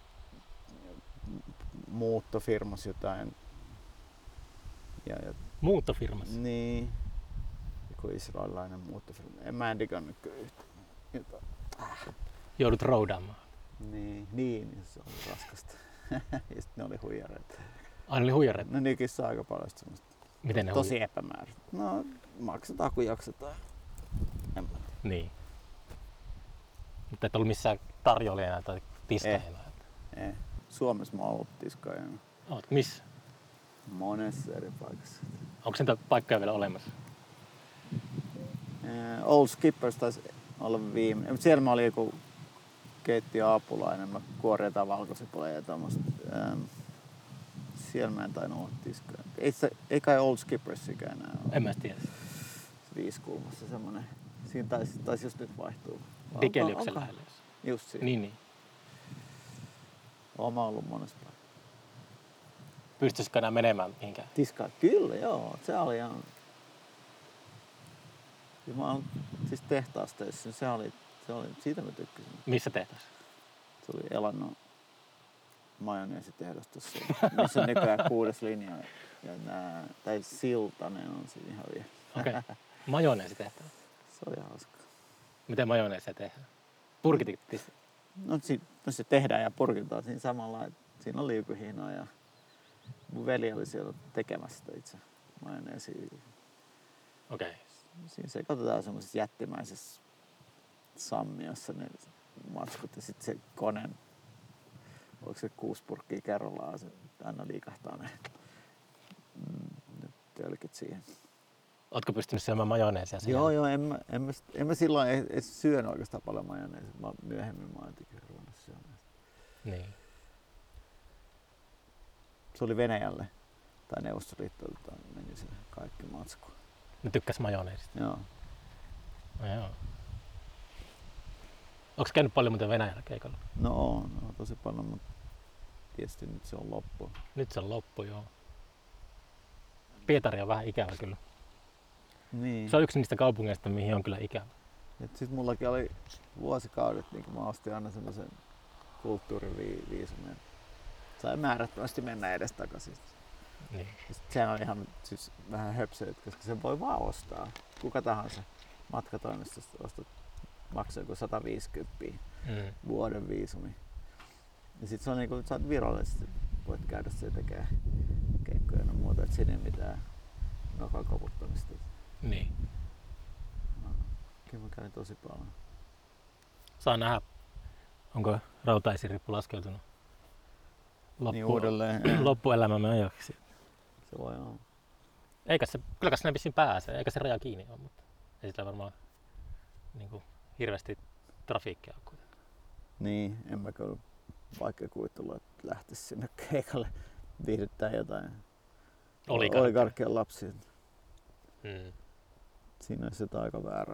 C: muuttofirmas jotain. Ja, ja,
A: Muuttofirmassa?
C: niin. Joku israelilainen muuttofirma. En mä en digannut kyllä yhtään. Jotain. Äh.
A: Joudut roudaamaan.
C: Niin, niin, se oli raskasta. Ja sitten ne oli huijareita.
A: Aina oli huijareita?
C: No nykissä aika paljon semmoista.
A: Miten ne
C: tosi
A: huijareita?
C: epämääräistä. No maksetaan kun jaksetaan. En mä tiedä.
A: Niin. Mutta et ollut missään tarjoilijana tai tiskaajana?
C: Ei. Ei. Suomessa mä oon ollut tiskaajana.
A: Oot, missä?
C: Monessa eri paikassa.
A: Onko niitä paikkoja vielä olemassa?
C: Eh, Old Skippers taisi olla viimeinen. Siellä mä olin joku keittiöapulainen. Mä kuorin jotain valkosipulia ja tommoista. Ähm, siellä mä en tainnut olla tiskaaja. Ei, se, ei kai Old Skippersikään enää ole.
A: En mä tiedä.
C: Viisikulmassa semmonen. Siinä taisi, taisi just nyt vaihtua.
A: Dikeliuksen lähellä.
C: Just siinä.
A: Niin, niin.
C: Oon mä ollut monessa paikassa.
A: Pystyisikö enää menemään mihinkään?
C: Tiskaa? Kyllä, joo. Se oli ihan... Ja mä oon siis tehtaassa töissä. Se oli, se oli, siitä mä tykkäsin.
A: Missä tehtäisiin?
C: Se oli Elannon majoneesitehdas tuossa, missä on nykyään kuudes linja. Ja nää, tai Siltanen on siinä ihan vielä.
A: Okei. Okay. Majoneesi tehtävä.
C: Se oli hauska.
A: Miten majoneesia tehdään? Purkitit?
C: No, si, no se tehdään ja purkitaan siinä samalla. Siinä on liukuhihnoa ja mun veli oli siellä tekemässä sitä itse majoneesia.
A: Okei. Okay.
C: Siinä sekoitetaan semmoisessa jättimäisessä sammiossa ne matskut ja sitten se koneen, onko se kuusi purkkia kerrallaan, se aina liikahtaa ne, ne tölkit siihen.
A: Ootko pystynyt syömään majoneesia siihen?
C: Joo, joo, en mä, en mä, en mä silloin edes syönyt oikeastaan paljon majoneesia. Mä myöhemmin mä oon ruvennut syömään.
A: Niin.
C: Se oli Venäjälle tai Neuvostoliittoon meni se kaikki matsku.
A: Ne tykkäs majoneesista?
C: Joo.
A: No joo. Onko käynyt paljon muuten Venäjällä keikalla?
C: No on, no, tosi paljon, mutta tietysti nyt se on loppu.
A: Nyt se on loppu, joo. Pietari on vähän ikävä kyllä.
C: Niin.
A: Se on yksi niistä kaupungeista, mihin on kyllä ikävä.
C: Sitten mullakin oli vuosikaudet, niin mä ostin aina semmoisen kulttuuriviisumin. Sai määrättömästi mennä edestakaisin.
A: Niin.
C: Sehän on ihan siis vähän höpsöitä, koska sen voi vaan ostaa. Kuka tahansa matkatoimistosta ostat, maksaa joku sata viisikymmentä
A: Mm.
C: vuoden viisumi. Ja sit se on niinku, sä oot virallisesti, voit käydä siellä tekee keikkoja ja muuta, et siinä ei mitään nokan koputtamista.
A: Niin.
C: No, kyllä mä käyn tosi paljon.
A: Saa nähdä, onko rautaesirippu laskeutunut loppu,
C: Niin uudelleen.
A: loppuelämämme ajaksi.
C: Se voi olla.
A: Eikä se, kyllä se vissiin pääsee, eikä se raja kiinni ole, mutta ei sillä varmaan niin kuin, hirveästi trafiikkia ole kuitenkaan.
C: Niin, en mä kyllä vaikka kuvitella, että lähtisi sinne keikalle viihdyttää jotain oligarkkien lapsia.
A: Hmm.
C: Siinä olisi jotain aika väärää.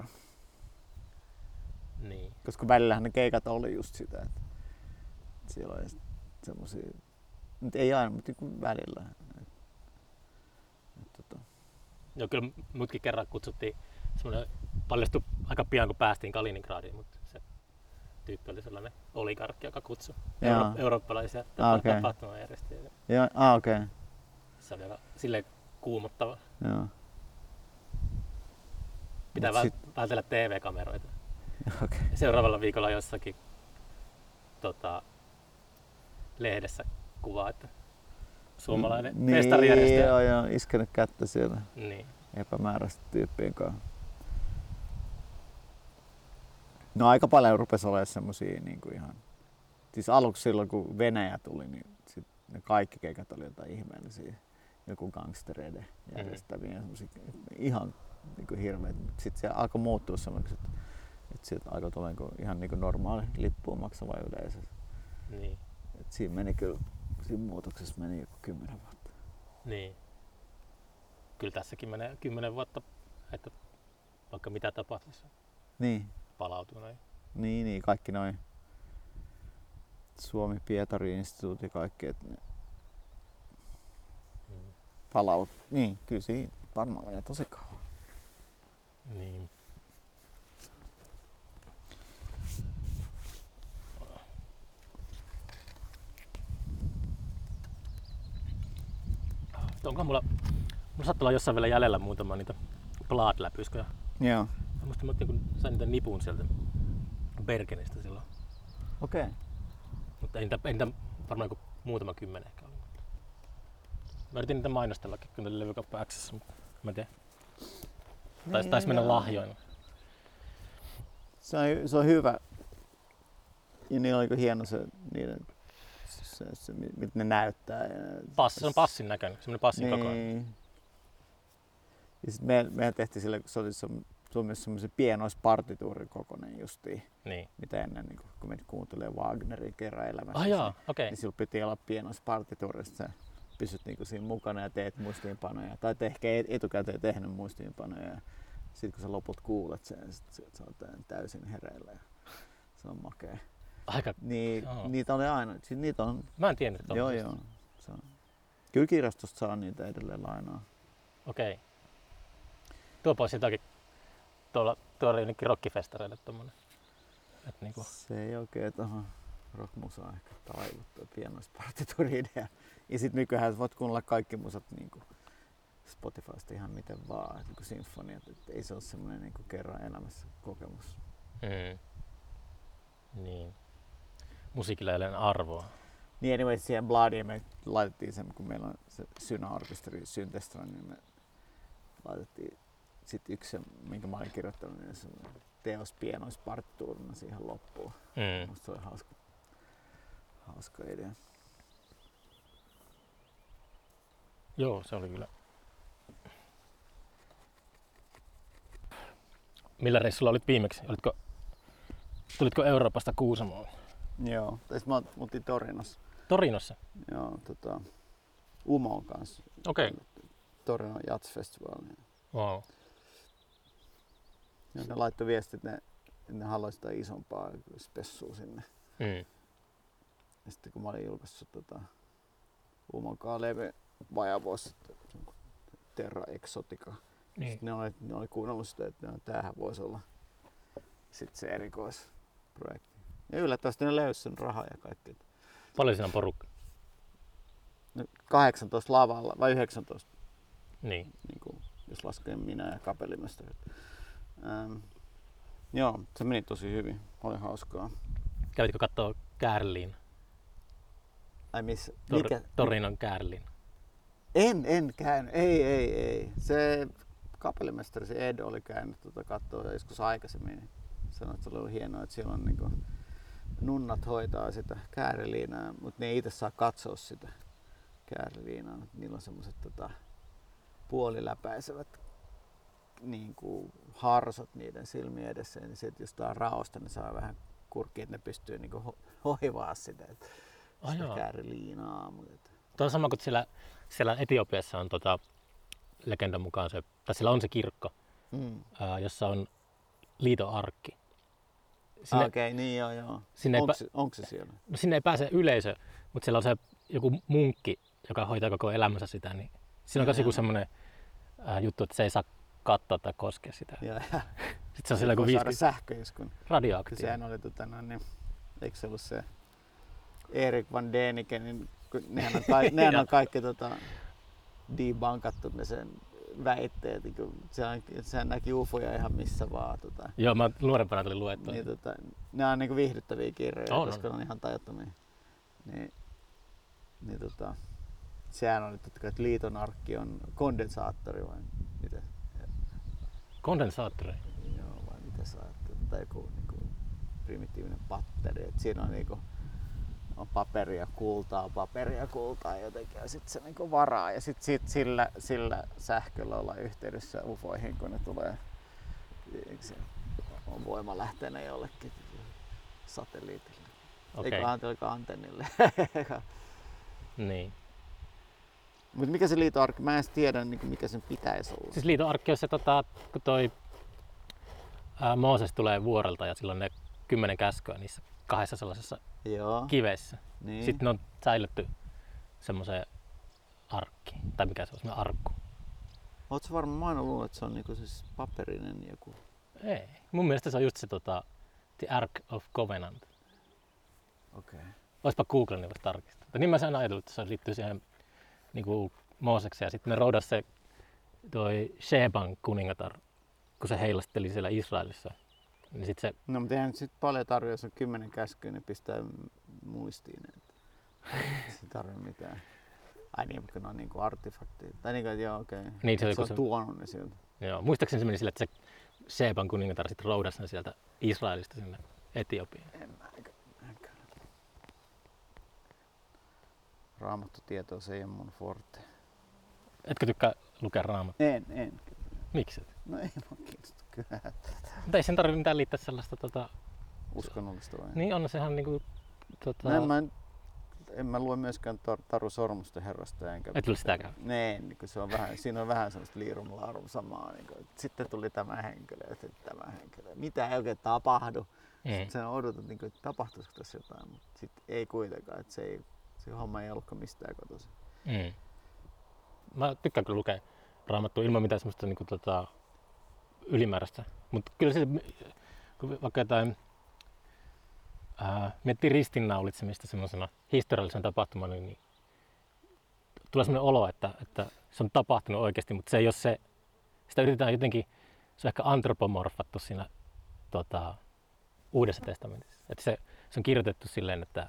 A: Niin.
C: Koska välillähän ne keikat oli just sitä, että siellä oli semmosia, nyt ei aina, mutta niin välillä. Et, et, tota.
A: Joo, kyllä mutkin kerran kutsuttiin, semmoinen paljastui aika pian kun päästiin Kaliningradiin, mutta se tyyppi oli sellainen oligarkki, joka kutsui euro- eurooppalaisia
C: ah, okay.
A: tapahtumajärjestäjiä.
C: Joo, ah, okei. Okay.
A: Se oli aika silleen kuumottava.
C: Joo.
A: Pitää
C: Mut
A: väl-
C: sit...
A: vältellä T V-kameroita.
C: Okay.
A: Seuraavalla viikolla jossakin tota, lehdessä kuvaa, että suomalainen
C: niin,
A: festarijärjestäjä.
C: Joo, joo, iskenyt kättä siellä
A: Niin.
C: epämääräisesti tyyppien kanssa. No aika paljon rupesi olemaan semmosia niinku ihan... Siis aluksi silloin kun Venäjä tuli, niin sit ne kaikki keikat oli jotain ihmeellisiä. Joku gangstereiden järjestäviä mm. semmosia ihan niinku hirveet. Sitten se alkoi muuttua semmoiksi, että, että sieltä alkoi tulla niinku, ihan niinku normaali lippuun maksava yleisö.
A: Niin.
C: Et siinä meni kyllä, siinä muutoksessa meni joku kymmenen vuotta.
A: Niin. Kyllä tässäkin menee kymmenen vuotta, että vaikka mitä tapahtuisi,
C: Niin.
A: palautuu noin.
C: Niin, niin, kaikki noin Suomi-Pietari-instituutti kaikki, että ne
A: Mm.
C: palaut. Niin, kyllä siinä varmaan menee tosi kauan.
A: Niin. Onko mulla, mulla saattaa olla jossain vielä jäljellä muutama niitä Blood-läpysköjä.
C: Joo.
A: Musta mä niin sain niitä nipun sieltä Bergenistä silloin.
C: Okei. Okay.
A: Mutta ei niitä, ei niitä varmaan joku muutama kymmenen ehkä oli. Mä yritin niitä mainostellakin kyllä Levykauppa X:ssä, mutta mä en tiedä. Tais,
C: Niin,
A: taisi mennä
C: joo.
A: lahjoina.
C: Se on, se on hyvä. Ja niillä on aika hieno se, niiden, se, se, miltä ne näyttää. Ja
A: Passi, se on passin näköinen, semmoinen passin
C: niin.
A: kokoinen.
C: Ja sit me, mehän tehtiin sille, kun se oli, se, se oli myös semmoisen pienoispartituurin kokoinen justiin.
A: Niin.
C: Mitä ennen, niin kun, kun menit kuuntelemaan Wagnerin kerran elämässä.
A: Ah jaa, okei.
C: Niin sillä piti olla pienoispartituuri, että sä pysyt niinku siinä mukana ja teet muistiinpanoja. Tai et ehkä etukäteen tehnyt muistiinpanoja. Ja sit kun sä loput kuulet sen, sit, sit sä oot täysin hereillä. Ja se on makea.
A: Aika.
C: Niin,
A: Joo.
C: niitä oli aina. Sit niitä on.
A: Mä en tiennyt, että
C: Joo,
A: on.
C: joo. Se on. Kyllä kirjastosta saa niitä edelleen lainaa.
A: Okei. Tuopa olisi jotakin tuolla, tuolla jonnekin rockifestareille tommonen. Et niinku.
C: Se ei oikein tuohon rockmusaan ehkä taivu tuo pienoispartituuri-idea. Ja sit nykyään voit kuunnella kaikki musat niinku Spotifysta ihan miten vaan, niinku sinfoniat. Et ei se ole semmoinen niinku kerran elämässä kokemus.
A: Mm. Niin. Musiikilla ei ole arvoa.
C: Niin anyway, siihen Bloodiin me laitettiin sen, kun meillä on se Syna-orkesteri Syntestra, niin me laitettiin sit yksi se, minkä mä olin kirjoittanut, niin se teos pienoispartituurina siihen loppuun.
A: Mm.
C: Musta se oli hauska, hauska idea.
A: Joo, se oli kyllä. Millä reissulla olit viimeksi? Olitko, tulitko Euroopasta Kuusamoon?
C: Joo, tai mä oltiin Torinossa.
A: Torinossa?
C: Joo, tota, Umon kanssa.
A: Okei. Okay.
C: Torino Jazz Festival. Niin.
A: Wow.
C: Ja ne laittoi viestit, että ne, ne haluaisi sitä isompaa spessua sinne.
A: Mm.
C: Ja sitten kun mä olin julkaissut tota, Umonkaan levy vajaa vuosi sitten, Terra Exotica.
A: Niin.
C: Sitten ne oli, ne oli kuunnellut sitä, että no, tämähän voisi olla sit se erikoisprojekti. Ja yllättävästi ne löysi sen rahaa ja kaikki.
A: Paljon siinä on porukka?
C: No, kahdeksantoista lavalla vai yhdeksäntoista,
A: Niin.
C: niin kuin, jos lasken minä ja kapellimestarit. Ähm, joo, se meni tosi hyvin. Oli hauskaa.
A: Kävitkö kattoo Kärliin?
C: Ai missä?
A: Tor-
C: Mikä?
A: Torinon Kärliin.
C: En, en käynyt. Ei, ei, ei. Se kapellimestari, se Ed, oli käynyt tuota katsoa joskus aikaisemmin. Sanoi, että se oli hienoa, että siellä on niinku nunnat hoitaa sitä kääriliinaa, mutta ne ei itse saa katsoa sitä kääriliinaa. Niillä on semmoiset tota, puoliläpäisevät niinku harsot niiden silmien edessä. Ja sitten jos tää on raosta, niin saa vähän kurkkia, että ne pystyy niinku ho- hoivaa sitä, että
A: Ah,
C: sitä
A: joo.
C: kääriliinaa. Mutta
A: Tuo on sama kuin siellä, siellä Etiopiassa on tota, legendan mukaan se, tai siellä on se kirkko,
C: mm.
A: ää, jossa on liiton arkki.
C: Sinne,
A: Sinne,
C: Okei, okay, niin joo joo.
A: sinne, ei,
C: Onko
A: pä-
C: se, onko se siellä?
A: no sinne ei pääse yleisö, mutta siellä on se joku munkki, joka hoitaa koko elämänsä sitä, niin siinä on myös joku semmoinen ää, juttu, että se ei saa katsoa tai koskea sitä.
C: Ja, ja.
A: Sitten se on siellä joku
C: voi saada
A: viisikymmentä
C: sähköiskun.
A: radioaktiivinen.
C: Sehän oli tota, no, niin, eikö se ollut se Erik van Däniken, kun nehän on, ka- nehän on kaikki tota, debunkattu ne sen väitteet, kun sehän, sehän näki ufoja ihan missä vaan. Tota,
A: Joo, mä nuorempana tuli luettua.
C: niin, tota, ne on niinku viihdyttäviä kirjoja,
A: On,
C: koska
A: on.
C: ne on ihan tajuttomia. Niin, niin tota, sehän oli totta kai, että liiton arkki on kondensaattori vai mitä?
A: Kondensaattori.
C: Joo, vai mitä sä ajattelet? Tai joku niinku primitiivinen patteri. Et siinä on niinku on paperia, kultaa, paperia, kultaa jotenkin ja sitten se niinku varaa ja sitten sit sillä, sillä sähköllä ollaan yhteydessä ufoihin, kun ne tulee se on voimalähteenä jollekin satelliitille.
A: Okei.
C: Eikö antelikaan antennille.
A: Niin.
C: Mutta mikä se liitoarkki? Mä en edes tiedä, niin mikä sen pitäisi olla.
A: Siis liitoarkki on se, tota, kun toi ää, Mooses tulee vuorelta ja silloin ne kymmenen käskyä niissä kahdessa sellaisessa
C: Joo.
A: kivessä.
C: Niin.
A: Sitten ne on säilytty semmoiseen arkkiin. Tai mikä se on, semmoinen arkku.
C: Ootko varma? Mä aina luullut, että se on niinku siis paperinen joku.
A: Ei. Mun mielestä se on just se tota, The Ark of Covenant.
C: Okei. Okay.
A: Oispa Google, niin voisi tarkistaa. Niin mä sen ajatellut, että se liittyy siihen niinku Moosekseen ja sitten ne roudas se toi Sheban kuningatar, kun se heilasteli siellä Israelissa. Niin sit se...
C: No mutta eihän nyt sit paljon tarvitse, jos on kymmenen käskyä, niin pistää muistiin. Että se tarvitse mitään. Ai niin, mutta ne on niinku artefakteja. Tai niinku, että joo okei. Okay.
A: Niin, se,
C: se on
A: se...
C: tuonut ne sieltä.
A: Joo, muistaakseni se meni sille, että se Sheban kuningatar sit roudas ne sieltä Israelista sinne Etiopiaan.
C: En mä enkä. enkä. Raamattutietoa se ei ole mun forte.
A: Etkö tykkää lukea raamattua?
C: En, en.
A: Miksi?
C: No ei mua kiinnosta kyllä.
A: Mutta ei sen tarvitse mitään liittää sellaista tota...
C: Uskonnollista vai?
A: Niin on sehän niinku tota...
C: No en mä, en mä lue myöskään tar- Taru Sormusten herrasta enkä...
A: Et lue sitäkään?
C: Nee, niin se on vähän, siinä on vähän semmoista liirum laarum samaa. Niin kuin, sitten tuli tämä henkilö ja sitten tämä henkilö. Mitä ei oikein tapahdu.
A: Mm.
C: Sitten sä odotat, niin kuin, että tapahtuisiko tässä jotain, mutta sitten ei kuitenkaan. Että se, ei, se homma ei ollutkaan mistään kotoisin.
A: Mm. Mä tykkään kyllä lukea raamattua ilman mitään semmoista niinku tota ylimääräistä. Mutta kyllä se, kun vaikka jotain ää, miettii ristinnaulitsemista semmoisena historiallisena tapahtumana, niin tulee semmoinen olo, että, että se on tapahtunut oikeasti, mutta se ei ole se, sitä yritetään jotenkin, se on ehkä antropomorfattu siinä tota, Uudessa testamentissa. Että se, se on kirjoitettu silleen, että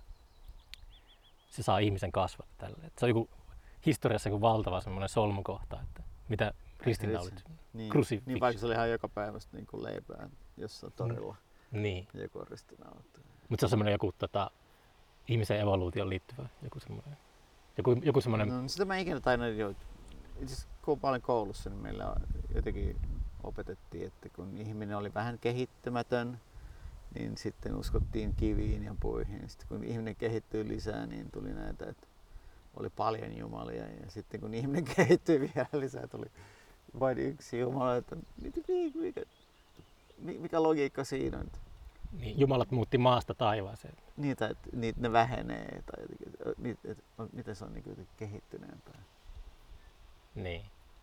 A: se saa ihmisen kasvaa tälle. Että se on joku historiassa joku valtava semmoinen solmukohta, että mitä ristinnaulitseminen.
C: Niin,
A: Krusifiksi.
C: niin vaikka se oli ihan joka päivästä niin kuin leipää jossain torilla.
A: Niin.
C: Joku on ristinnaulittu.
A: Mutta se on semmoinen joku tota, ihmisen evoluutioon liittyvä joku semmoinen. Joku, joku semmoinen...
C: No, sitä mä ikinä tainnut jo. Itse asiassa kun olen paljon koulussa, niin meillä jotenkin opetettiin, että kun ihminen oli vähän kehittymätön, niin sitten uskottiin kiviin ja puihin. Sitten kun ihminen kehittyy lisää, niin tuli näitä, että oli paljon jumalia. Ja sitten kun ihminen kehittyi vielä lisää, tuli vain yksi jumala. Että mikä, mikä logiikka siinä on?
A: Niin, jumalat muutti maasta taivaaseen.
C: Niitä, että niitä ne vähenee tai jotenkin, että miten se on niin kuin kehittyneempää.
A: Niin.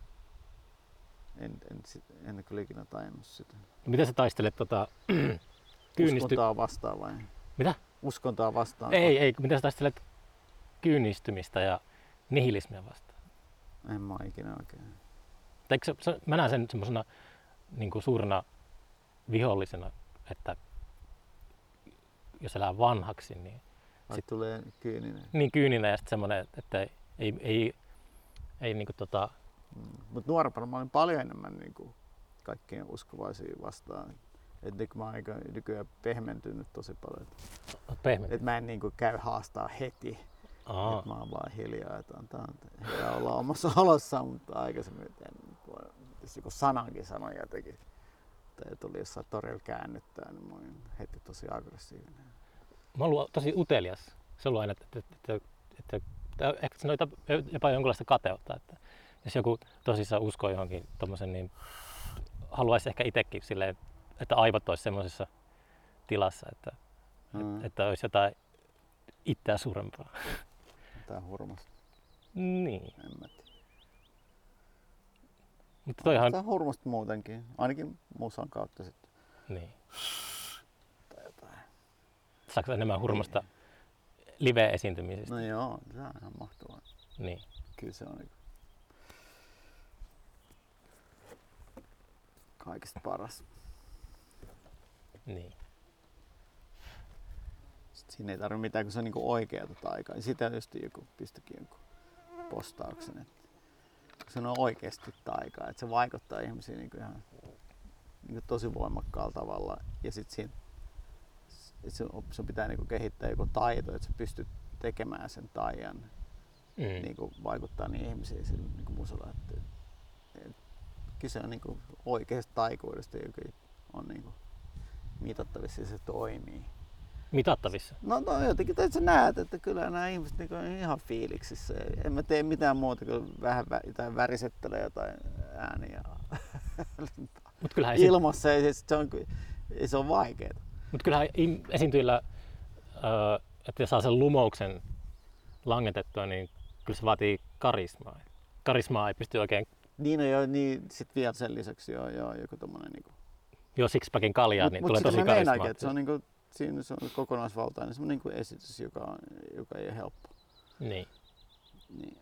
C: En, en, en, en kyllä ikinä tajunnut sitä.
A: Miten sä taistelet tota, kyynisty...
C: Uskontoa vastaan vai?
A: Mitä?
C: Uskontoa vastaan?
A: Ei, ei. Miten sä taistelet kyynistymistä ja nihilismia vastaan?
C: En mä ikinä oikein.
A: Eikö se, se, mä näen sen semmosena niin kuin suurena vihollisena, että jos elää vanhaksi, niin...
C: Vai
A: sit,
C: tulee kyyninen?
A: Niin kyyninen ja sitten semmoinen, että ei, ei, ei, ei niinku tota...
C: Mm. Mutta nuorempana mä olin paljon enemmän niinku kaikkien uskovaisia vastaan. Et nyt mä oon nykyään pehmentynyt tosi paljon.
A: Pehmentynyt?
C: Et mä en niinku käy haastaa heti.
A: Aa.
C: Et mä oon vaan hiljaa, että antaa heidän olla omassa olossa, mutta aikaisemmin en, jos joku sanankin sanoi jotenkin. Tai tuli jossain torilla käännyttää, niin mä olin heti tosi aggressiivinen.
A: Mä oon ollut tosi utelias. Se on ollut aina, että, että, että, että, että ehkä se on jopa jonkinlaista kateutta. Että jos joku tosissaan uskoo johonkin tommosen, niin haluaisi ehkä itsekin silleen, että aivot olisi semmoisessa tilassa, että, mm. että, että olisi jotain itseä suurempaa.
C: Tää hurmasta.
A: Niin.
C: En mä tiedä.
A: Mutta toihan...
C: Tää hurmasta muutenkin, ainakin musan kautta sitten.
A: Niin.
C: Tai jotain.
A: Saatko enemmän hurmasta live-esiintymisestä?
C: No joo, se on ihan mahtavaa.
A: Niin.
C: Kyllä se on niinku kaikista paras.
A: Niin.
C: Sitten siinä ei tarvitse mitään, kun se on niinku oikeata taikaa. Sitä just joku pistäkin jonkun postauksen, että se on oikeasti taikaa, että se vaikuttaa ihmisiin niinku ihan niinku tosi voimakkaalla tavalla. Ja sitten siinä että sun, sun pitää niinku kehittää joku taito, että sä pystyt tekemään sen taian,
A: Mm.
C: niinku vaikuttaa niin ihmisiin sillä niinku musalla. Että, et, kyse on niinku oikeasta taikuudesta, joka on niinku mitattavissa ja se toimii.
A: Mitattavissa.
C: No, no jotenkin, että sä näet, että kyllä nämä ihmiset niinku on ihan fiiliksissä. En mä tee mitään muuta kuin vähän vä- jotain värisettelee jotain ääniä
A: Mut kyllähän, esi-
C: ilmassa ja sit se on, se on vaikeeta.
A: mut kyllähän im- esiintyjillä, öö, että saa sen lumouksen langetettua, niin kyllä se vaatii karismaa. Karismaa ei pysty oikein,
C: Niin on jo, niin sit vielä sen lisäksi joo, joo joku tommonen niinku.
A: jo sixpackin kaljaa,
C: Mut,
A: niin
C: mut
A: tulee
C: sitä
A: tosi
C: mä meinaankin, että se
A: karismaattista.
C: on niinku, siinä se on kokonaisvaltainen semmonen niinku esitys, joka, on, joka ei ole helppo.
A: Niin.
C: Niin.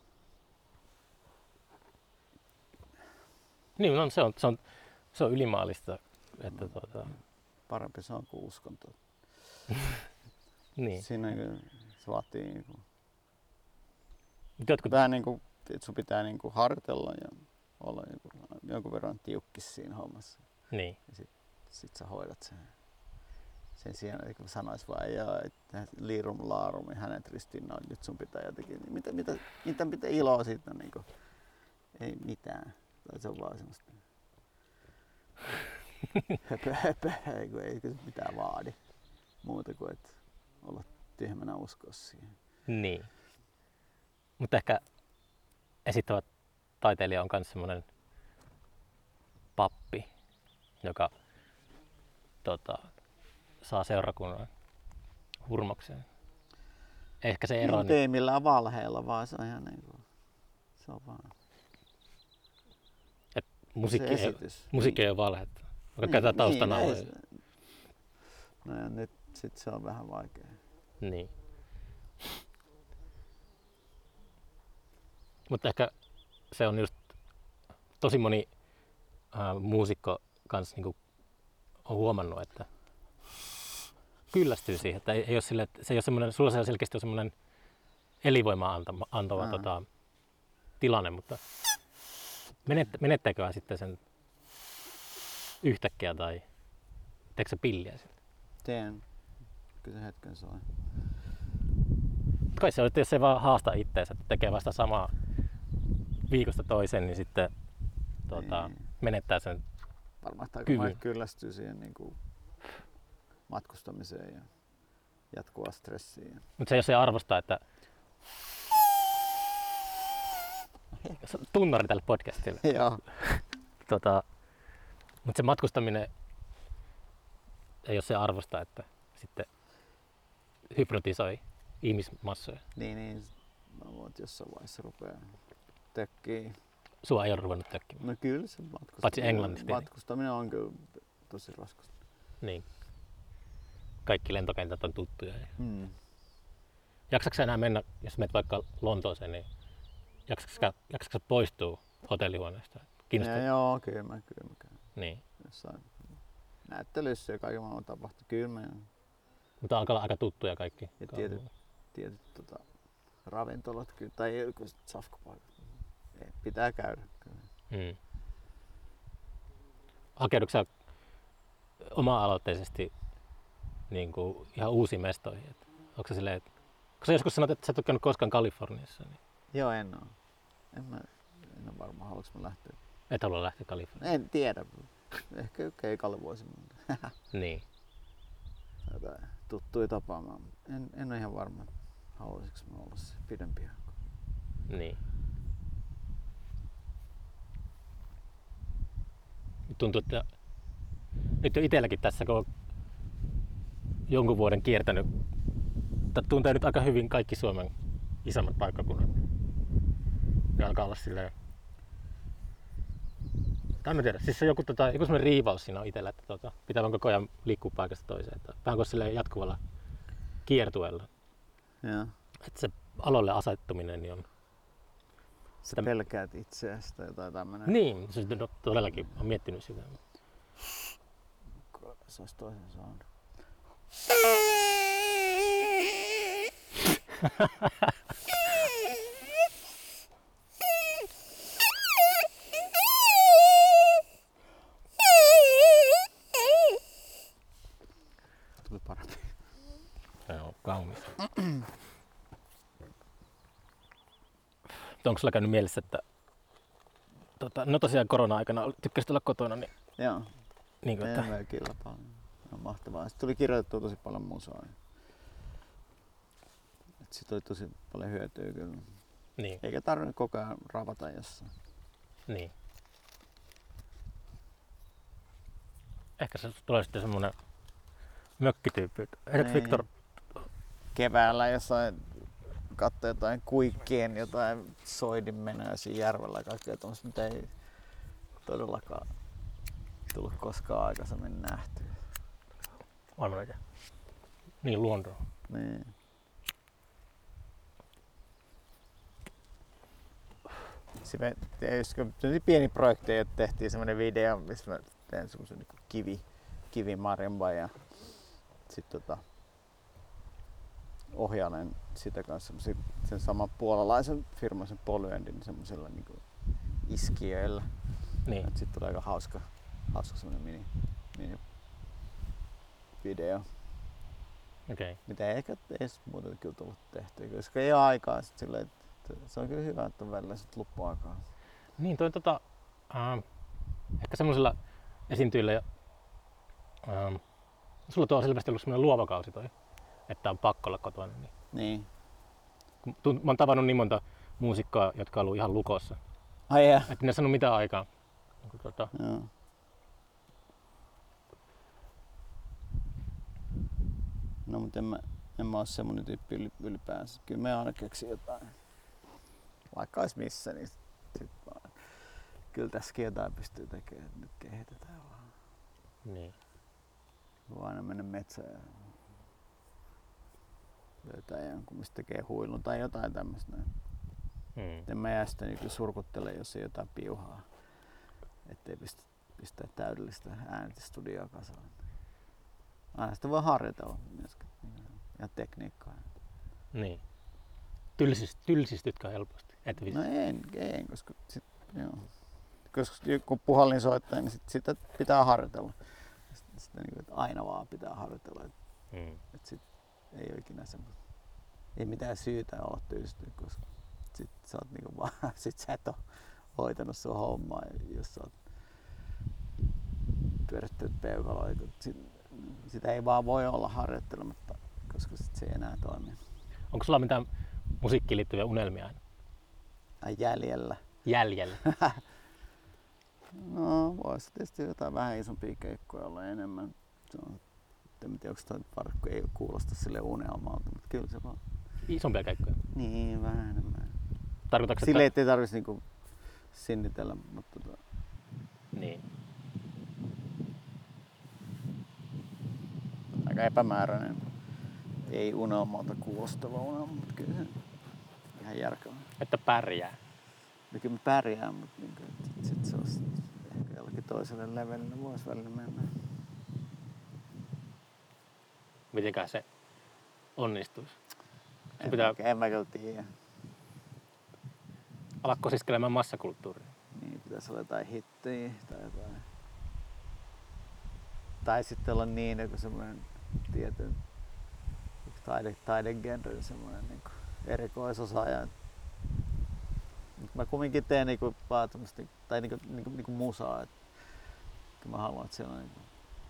A: Niin, no, se, on, se, on, se on ylimaallista. Että, tuota,
C: Parempi se on kuin uskonto.
A: niin.
C: Siinä niinku, se vaatii niinku,
A: Mut jotkut,
C: vähän niinku, että sun pitää niinku harjoitella ja olla joku, jonkun verran tiukkis siinä hommassa.
A: niin.
C: Ja sit, sit sä hoidat sen. Sen sijaan, että kun sanois vaan, joo, että liirum laarum ja hänet ristiin noin, nyt sun pitää jotenkin, niin mitä, mitä, mitä, mitä iloa siitä on niinku, ei mitään. Tai se on vaan semmoista höpö höpö, ei, ei se mitään vaadi muuta kuin, että olla tyhmänä uskoa siihen.
A: Niin. Mutta ehkä esittävä taiteilija on myös semmoinen pappi, joka tota, saa seurakunnan hurmokseen. Ehkä se ero,
C: Niin, ei millään valheella, vaan se on ihan niinku, se on vaan
A: että musiikki,
C: se
A: ei,
C: esitys.
A: musiikki
C: Niin.
A: ei ole valhetta. Vaikka käytetään taustanauhoja.
C: Niin, ei se- no ja nyt sit se on vähän vaikea.
A: Niin. Mutta ehkä se on just tosi moni ää, muusikko kans niinku on huomannut, että kyllästyy siihen, että ei, ei ole sille, että se ei ole semmoinen, sulla se selkeästi on semmoinen elinvoimaa antava, antava
C: Aa.
A: tota, tilanne, mutta menet, menettääkö sitten sen yhtäkkiä tai teekö sä pilliä sitten?
C: Teen. Kyllä se hetken soi.
A: Kai se on, että jos se vaan haastaa itteensä, että tekee vasta samaa viikosta toiseen, niin sitten tota,
C: Niin.
A: menettää sen.
C: Varmaan aika
A: Kyvyn.
C: monet kyllästyy siihen niin kuin matkustamiseen ja jatkuvaan stressiin.
A: Mutta se jos ei arvosta, että tunnari tälle podcastille.
C: Joo.
A: Tota, mutta se matkustaminen ei ole se arvosta, että sitten hypnotisoi ihmismassoja.
C: Niin, niin. Mä voin jossain vaiheessa rupeaa tökkii.
A: Sua ei ole ruvennut tökkimään.
C: No kyllä se matkustaminen,
A: Paitsi Englannissa tietenkin.
C: matkustaminen on kyllä tosi raskasta.
A: Niin. Kaikki lentokentät on tuttuja.
C: Hmm.
A: Jaksatko sä enää mennä, jos menet vaikka Lontooseen, niin jaksatko sä, jaksatko sä poistua hotellihuoneesta? Kiinnostaa?
C: Ja joo, kyllä mä, kyllä mä käyn.
A: Niin.
C: Jossain näyttelyissä ja kaiken maailman tapahtuu. Kyllä mä
A: Mutta alkaa olla aika tuttuja kaikki.
C: ja tietyt, tietyt tota, ravintolat kyllä, tai joku safkapaikat. Ei, pitää käydä. Kyllä.
A: Mm. Hakeudutko sä oma-aloitteisesti niin kuin ihan uusiin mestoihin? Et onko se silleen, että kun sä joskus sanot, että sä et ole käynyt koskaan Kaliforniassa, niin
C: Joo, en oo. En mä, en oo varma, haluanko mä lähteä.
A: et halua lähteä Kaliforniaan.
C: En tiedä. Ehkä keikalle voisin mennä.
A: Niin.
C: Jotain tuttuja tapaamaan. En, en ole ihan varma, haluaisinko mä olla se pidempi aika.
A: Niin. Tuntuu, että nyt jo itselläkin tässä, kun on jonkun vuoden kiertänyt, tai tuntee nyt aika hyvin kaikki Suomen isommat paikkakunnat. Ne alkaa olla silleen... Tai en tiedä, siis se joku, tota, joku semmoinen riivaus siinä on itsellä, että tota, pitää vaan koko ajan liikkua paikasta toiseen. Että vähän kuin silleen jatkuvalla kiertueella.
C: Joo.
A: Että se aloille asettuminen niin on...
C: Sä pelkäät itseäsi tai jotain tämmönen.
A: Niin, se no, todellakin olen miettinyt sitä.
C: Kuule, se olisi toisen sound. Tuli parempi.
A: Se on kaunis. Onko sulla käynyt mielessä, että tota, no tosiaan korona-aikana tykkäsit olla kotona, niin,
C: Joo,
A: niin kuin, että,
C: meidän kyllä paljon. On mahtavaa. Sitten tuli kirjoitettua tosi paljon musaa. Sitten oli tosi paljon hyötyä kyllä.
A: niin,
C: Eikä tarvinnut koko ajan rapata jossain.
A: niin. Ehkä se tulee sitten semmonen mökkityyppi. Eikö
C: Niin.
A: Victor,
C: Keväällä jossain katsoi jotain kuikkien, jotain soidinmenoja siinä järvellä ja kaikkea tuommoista, mitä ei todellakaan tullut koskaan aikaisemmin nähty.
A: aivan oikein. Niin, luonto.
C: Niin. Sitten me pieni projekti, että tehtiin semmoinen video, missä mä teen semmoisen niin kivi, kivimarimba ja sitten tota, ohjailen sitä kanssa sen saman puolalaisen firman, sen Polyendin semmoisella niin iskiöillä.
A: Niin,
C: Sitten tulee aika hauska, hauska semmoinen mini, mini video,
A: okei. Okay.
C: mitä ei ehkä edes muuten kyllä tullut tehtyä, koska ei ole aikaa sit silleen, että se on kyllä hyvä, että on välillä sit loppuaikaa.
A: Niin, toi tota, ähm, ehkä semmoisilla esiintyjillä, ähm, sulla tuo on selvästi ollut semmoinen luova kausi toi, että on pakko olla kotona. Niin.
C: Niin.
A: Kun tunt- mä oon tavannut niin monta muusikkoa, jotka on ollut ihan lukossa,
C: Ai jää.
A: että ne ei sanonut mitään aikaa. Niin kuin tota,
C: Joo. No mutta en mä, en mä oo semmonen tyyppi yli, ylipäänsä. Kyllä me aina keksi jotain. Vaikka ois missä, niin sit vaan. Kyllä tässäkin jotain pystyy tekemään, nyt kehitetään vaan.
A: niin.
C: Voi aina mennä metsään ja löytää jonkun, mistä tekee huilun tai jotain tämmöstä.
A: Mm.
C: En mä jää sitä niin surkuttele, jos ei jotain piuhaa. Ettei pistä, pistää täydellistä äänitystudioa kasaan. Aina sitä voi harjoitella myöskin. Ja tekniikkaa.
A: Niin. Tylsist, tylsistytkö helposti? Et
C: No en, en koska, sit, joo. koska kun puhallin soittaa, niin sit, sitä pitää harjoitella. Sitä, sitä niin kuin, että aina vaan pitää harjoitella. Et,
A: mm.
C: et sit ei ole ikinä semmoista. Ei mitään syytä olla tylsistyä, koska sit sä oot niinku vaan, sit sä et oo hoitanut sun hommaa, jos sä oot pyörittänyt peukaloa. Sit, sitä ei vaan voi olla harjoittelematta, koska sit se ei enää toimi.
A: Onko sulla mitään musiikkiin liittyviä unelmia
C: Ai jäljellä.
A: jäljellä?
C: No, voisi tietysti jotain vähän isompia keikkoja olla enemmän. Se on, en tiedä, onko toi parkku ei kuulosta sille unelmalta, mutta kyllä se vaan.
A: Isompia keikkoja?
C: Niin, vähän enemmän.
A: Tarkoitatko,
C: Sille
A: että...
C: ei tarvitsisi niinku sinnitellä, mutta tota,
A: Niin.
C: aika epämääräinen. Ei unelmalta kuulostava unelma, mutta kyllä se ihan järkevää.
A: Että pärjää.
C: Ja kyllä mä pärjään, mutta niinku, sit, sit se olisi ehkä jollakin toiselle levelille voisi välillä mennä.
A: Mitenkään se onnistuisi? Se
C: En,
A: pitää
C: mä, en mä kyllä tiedä.
A: ala kosiskelemaan massakulttuuria.
C: Niin, pitäisi olla jotain hittejä tai jotain. Tai sitten olla niin joku semmoinen tietyn taide, taidegenren semmoinen niin erikoisosaaja. Mut mä kumminkin teen niinku vaan tämmöstä, tai niinku, niinku, niinku musaa. Et, mä haluan, että siellä on niinku,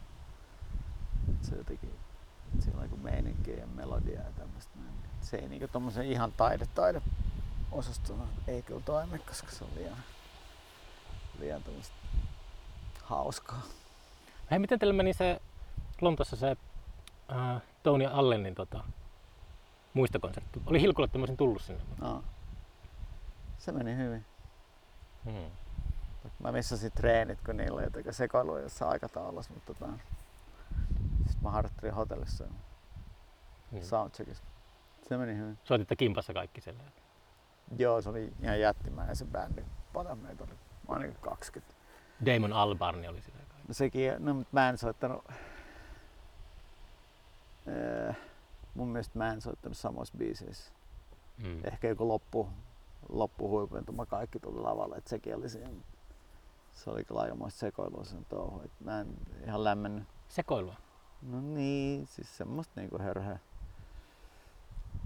C: se jotenkin, siellä on niinku meininkiä ja melodiaa ja tämmöstä. Se ei niinku tommosen ihan taide taide osastolla ei kyllä toimi, koska se on liian, liian tämmöstä hauskaa.
A: Hei, miten teillä meni se Lontoossa se äh, Tony Allenin tota, muistokonsertti? Oli Hilkulle, että mä olisin tullut sinne.
C: No. Se meni hyvin.
A: Hmm.
C: Mä missasin treenit, kun niillä oli jotenkin sekoilua jossain aikataulussa, mutta tota, sitten mä harjoittelin hotellissa ja
A: Hmm.
C: soundcheckissa. Se meni hyvin.
A: Soititte kimpassa kaikki siellä.
C: Joo, se oli ihan jättimäinen se bändi. Paljon meitä oli, ainakin kaksikymmentä.
A: Damon Albarn oli siellä.
C: No sekin, no mutta mä en soittanut, äh, mun mielestä mä en soittanut samoissa biiseissä.
A: Hmm.
C: Ehkä joku loppu, loppuhuipentuma kaikki tuli lavalle, että sekin oli siinä. Se oli kyllä aikamoista sekoilua sen touhu, että mä en ihan lämmennyt.
A: Sekoilua?
C: No niin, siis semmoista niinku hörhöä.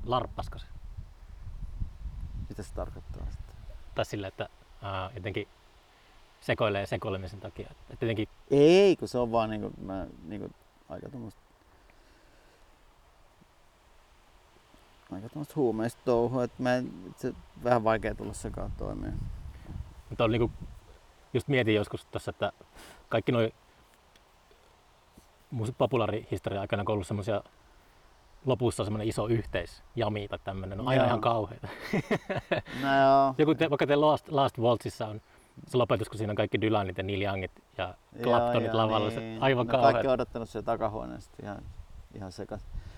A: larppasko se?
C: Mitä se tarkoittaa sitten?
A: Tai sillä, että ää, jotenkin sekoilee sekoilemisen takia. Että jotenkin...
C: Ei, kun se on vaan niinku, mä, niinku, aika tommoista aika tommoista huumeista touhua, että mä en, se vähän vaikea tulla sekaan toimeen.
A: Mutta on niinku, just mietin joskus tossa, että kaikki noi populaarihistorian aikana on ollut semmosia lopussa on semmoinen iso yhteisjami tai tämmöinen, on aina
C: Joo.
A: ihan kauheita.
C: No joo.
A: Joku te, vaikka te Last, Last Waltzissa on se lopetus, kun siinä on kaikki Dylanit ja Neil Youngit ja Claptonit
C: Joo,
A: lavalla,
C: niin.
A: se aivan
C: no,
A: kauheita.
C: kaikki on odottanut siellä takahuoneessa ihan, ihan sekas.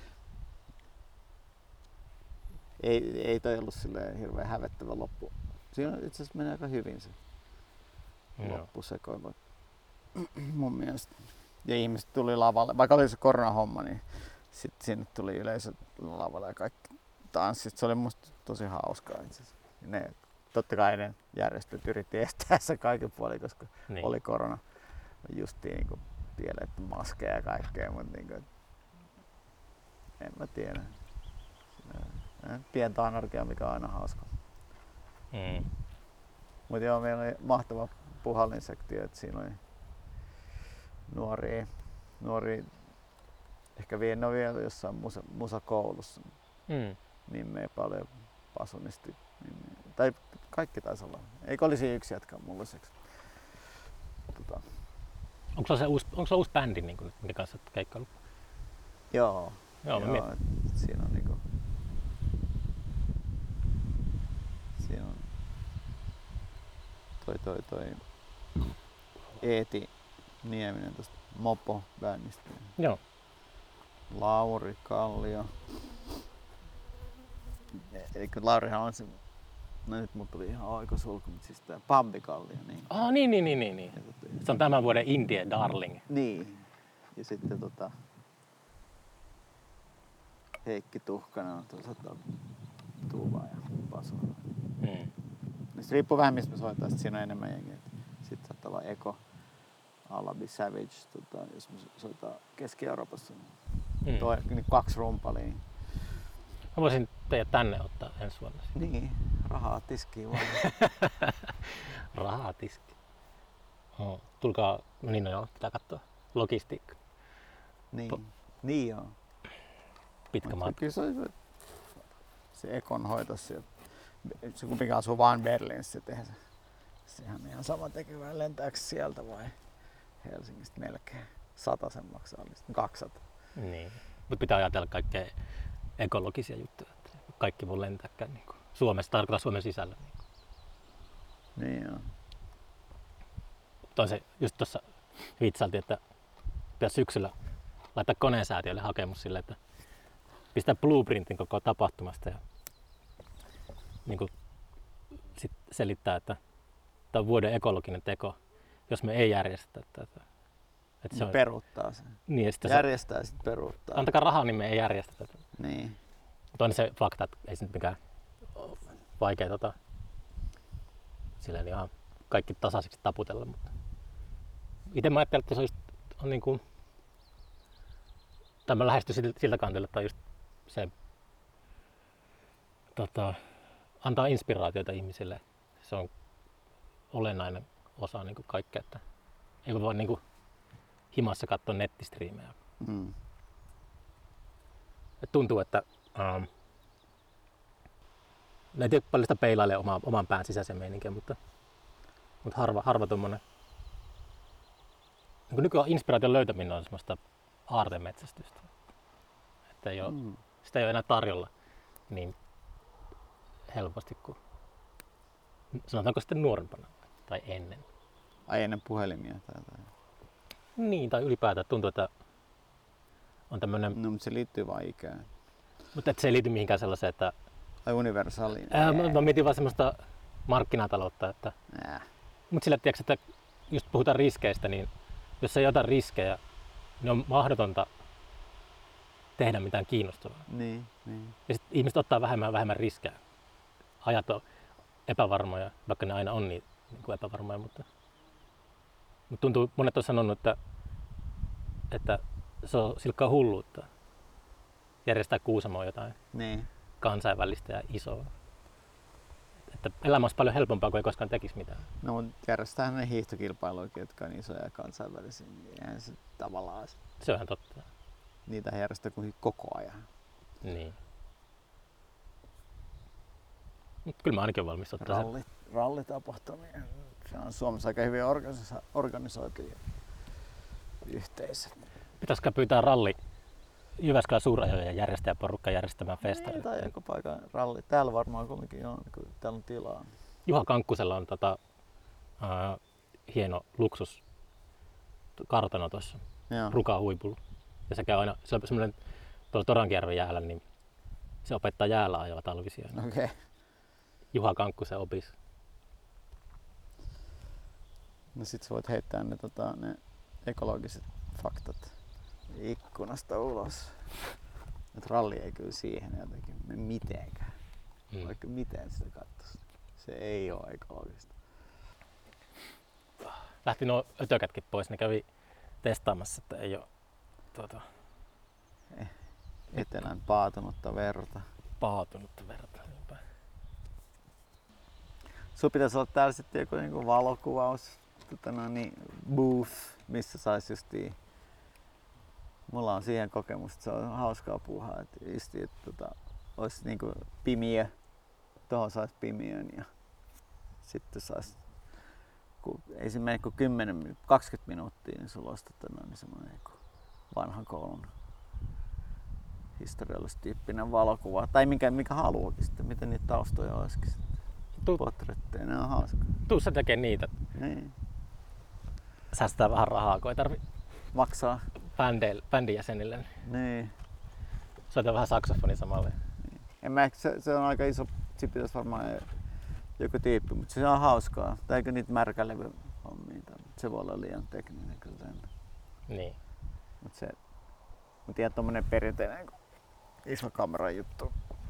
C: Ei, ei toi ollut silleen hirveän hävettävä loppu. Siinä itse asiassa menee aika hyvin se
A: Joo.
C: loppusekoilu mun mielestä. Ja ihmiset tuli lavalle, vaikka oli se koronahomma, niin sitten sinne tuli yleisö lavalle ja kaikki tanssit. Se oli musta tosi hauskaa itse asiassa. Ne, totta kai ne järjestöt yritti estää se kaiken puolin, koska
A: Niin.
C: oli korona. Justiin niin pielet maskeja ja kaikkea, mutta niin kuin, en mä tiedä. Siinä, pientä anarkiaa, mikä on aina hauska.
A: Mm.
C: Mutta joo, meillä oli mahtava puhallinsektio, että siinä oli nuoria, nuoria ehkä vielä, ne on vielä jossain musa, musakoulussa,
A: Mm.
C: niin me ei paljon pasunisti, niin, tai kaikki taisi olla. Eikö olisi yksi jätkä mulliseksi? Tota,
A: Onko sulla se uusi, onko sulla uusi bändi, niin kuin, minkä kanssa olet keikkaillut?
C: joo,
A: Joo, mä mietin.
C: et siinä on niinku, siinä on toi toi toi Eeti Nieminen tosta Mopo-bändistä.
A: Joo.
C: Lauri Kallio. Eli kun Laurihan on se, no nyt mut tuli ihan oikosulku, mutta siis tää Pampi Kallio. Niin.
A: Ah, niin, niin, niin, niin, niin.
C: Ja tota-
A: Se on tämän vuoden Indie Darling.
C: Niin. Ja sitten tota Heikki Tuhkanen on tuossa tuuvaa ja pasua.
A: Mm.
C: No se riippuu vähän mistä me soittaa, sit siinä on enemmän jengiä. Sitten saattaa olla Eko, Alabi Savage, tota, jos me soittaa Keski-Euroopassa.
A: Mm.
C: Toi, niin kaksi rumpalia.
A: Mä voisin teidät tänne ottaa ensi vuonna.
C: Niin, rahaa tiskiin vaan.
A: Rahaa tiski. Oh, tulkaa, no niin no joo, pitää katsoa. Logistiikka,
C: niin, niin joo.
A: pitkä
C: Mutta
A: matka.
C: kyllä se, olisi- se Ekon hoitos sieltä. Se kumminkin asuu vaan Berliinissä, et eihän se, sehän on ihan sama tekevää, lentääkö sieltä vai Helsingistä melkein. Satasen maksaa, oli sitten kaksisataa.
A: Niin. Mutta pitää ajatella kaikkea ekologisia juttuja. Että kaikki voi lentääkään niin kuin Suomessa, tarkoittaa Suomen sisällä. Niin kuin.
C: Niin joo.
A: Toi se just tuossa vitsailtiin, että pitäisi syksyllä laittaa koneensäätiölle hakemus sille, että pistää blueprintin koko tapahtumasta ja niin kuin sit selittää, että tämä on vuoden ekologinen teko, jos me ei järjestetä tätä. Että se on,
C: Peruuttaa sen.
A: niin, ja sitten se,
C: Järjestää ja sitten peruuttaa.
A: antakaa rahaa, niin me ei järjestetä tätä.
C: Niin.
A: Toinen se fakta, että ei se nyt mikään vaikea tota, silleen ihan kaikki tasaiseksi taputella, mutta itse mä ajattelin, että se olisi, on niin kuin, tai mä lähestyn siltä, siltä kantilta, että on just se tota, antaa inspiraatioita ihmisille. Se on olennainen osa niin kuin kaikkea, että ei voi vaan niin kuin himassa katsoa nettistriimejä.
C: Mm.
A: Et tuntuu, että ähm, en tiedä paljon sitä peilailee oma, oman pään sisäisen meininkiä, mutta, mutta harva, harva tommonen. Niin nykyään inspiraation löytäminen on semmoista aartemetsästystä. Että ei ole,
C: Mm.
A: sitä ei ole enää tarjolla niin helposti kuin sanotaanko sitten nuorempana tai ennen.
C: Ai ennen puhelimia tai jotain.
A: Niin, tai ylipäätään tuntuu, että on tämmönen,
C: No, mutta se liittyy vaan ikään.
A: mutta että se ei liity mihinkään sellaiseen, että
C: Tai universaaliin.
A: ää, mä, mä mietin vaan semmoista markkinataloutta, että
C: Nää.
A: mutta sillä tiedätkö, että just puhutaan riskeistä, niin jos ei ota riskejä, niin on mahdotonta tehdä mitään kiinnostavaa.
C: Niin, niin.
A: Ja sitten ihmiset ottaa vähemmän ja vähemmän riskejä. Ajat on epävarmoja, vaikka ne aina on niin, niin kuin epävarmoja, mutta, mutta tuntuu, monet on sanonut, että, että se on silkkaa hulluutta järjestää Kuusamoon jotain
C: Niin.
A: kansainvälistä ja isoa. Että elämä olisi paljon helpompaa, kun ei koskaan tekisi mitään.
C: No mutta järjestetään ne hiihtokilpailuja, jotka on isoja ja kansainvälisiä. Eihän se tavallaan...
A: Se on ihan totta.
C: Niitä järjestetään kuitenkin koko ajan.
A: Niin. Mutta kyllä mä ainakin olen valmis ottaa
C: Ralli, rallitapahtumia. Se on Suomessa aika hyvin organiso- organisoituja yhteisöt.
A: Pitäisikö pyytää ralli Jyväskylän suurajojen järjestäjäporukka järjestämään festaria?
C: Niin, tai joku paikan ralli. Täällä varmaan kumminkin on, kun täällä on tilaa.
A: Juha Kankkusella on tota, ää, hieno luksus kartano tuossa Rukan huipulla. Ja se käy aina, se on semmoinen tuolla Torankijärven jäällä, niin se opettaa jäällä ajalla talvisia.
C: Okei. Okay.
A: Juha Kankkusen opis.
C: No sit sä voit heittää ne, tota, ne ekologiset faktat ikkunasta ulos. Et ralli ei kyllä siihen jotenkin mene mitenkään. Mm. Vaikka miten sitä katsoisi. Se ei ole ekologista.
A: Lähti nuo ötökätkin pois, ne kävi testaamassa, että ei ole tuota...
C: Etelän paatunutta verta.
A: Paatunutta verta.
C: Sun pitäisi olla täällä sitten joku niinku valokuvaus, tota no, niin, booth, missä sais justiin. Mulla on siihen kokemus, että se on hauskaa puuhaa, että justiin, että tota, olisi niinku pimiö, tohon sais pimiön ja sitten sais, kun ei se mene kuin kymmenen, kaksikymmentä minuuttia, niin sulla olisi tota, no, niin semmoinen niinku vanhan koulun historiallistyyppinen valokuva. Tai mikä, mikä haluakin sitten, miten niitä taustoja olisikin sitten. Portretteja, ne on hauska.
A: Tuu sä tekee niitä.
C: Niin.
A: Säästää vähän rahaa, kun ei tarvi
C: maksaa
A: bändin jäsenille.
C: Niin.
A: Soita vähän saksofoni samalle.
C: Niin. En mä, se, se on aika iso, sit pitäisi varmaan joku tyyppi, mutta se on hauskaa. Tai eikö niitä märkälevy hommia, se voi olla liian tekninen kyllä sen.
A: Niin.
C: Mut se, mä tiedän tommonen perinteinen iso kameran juttu.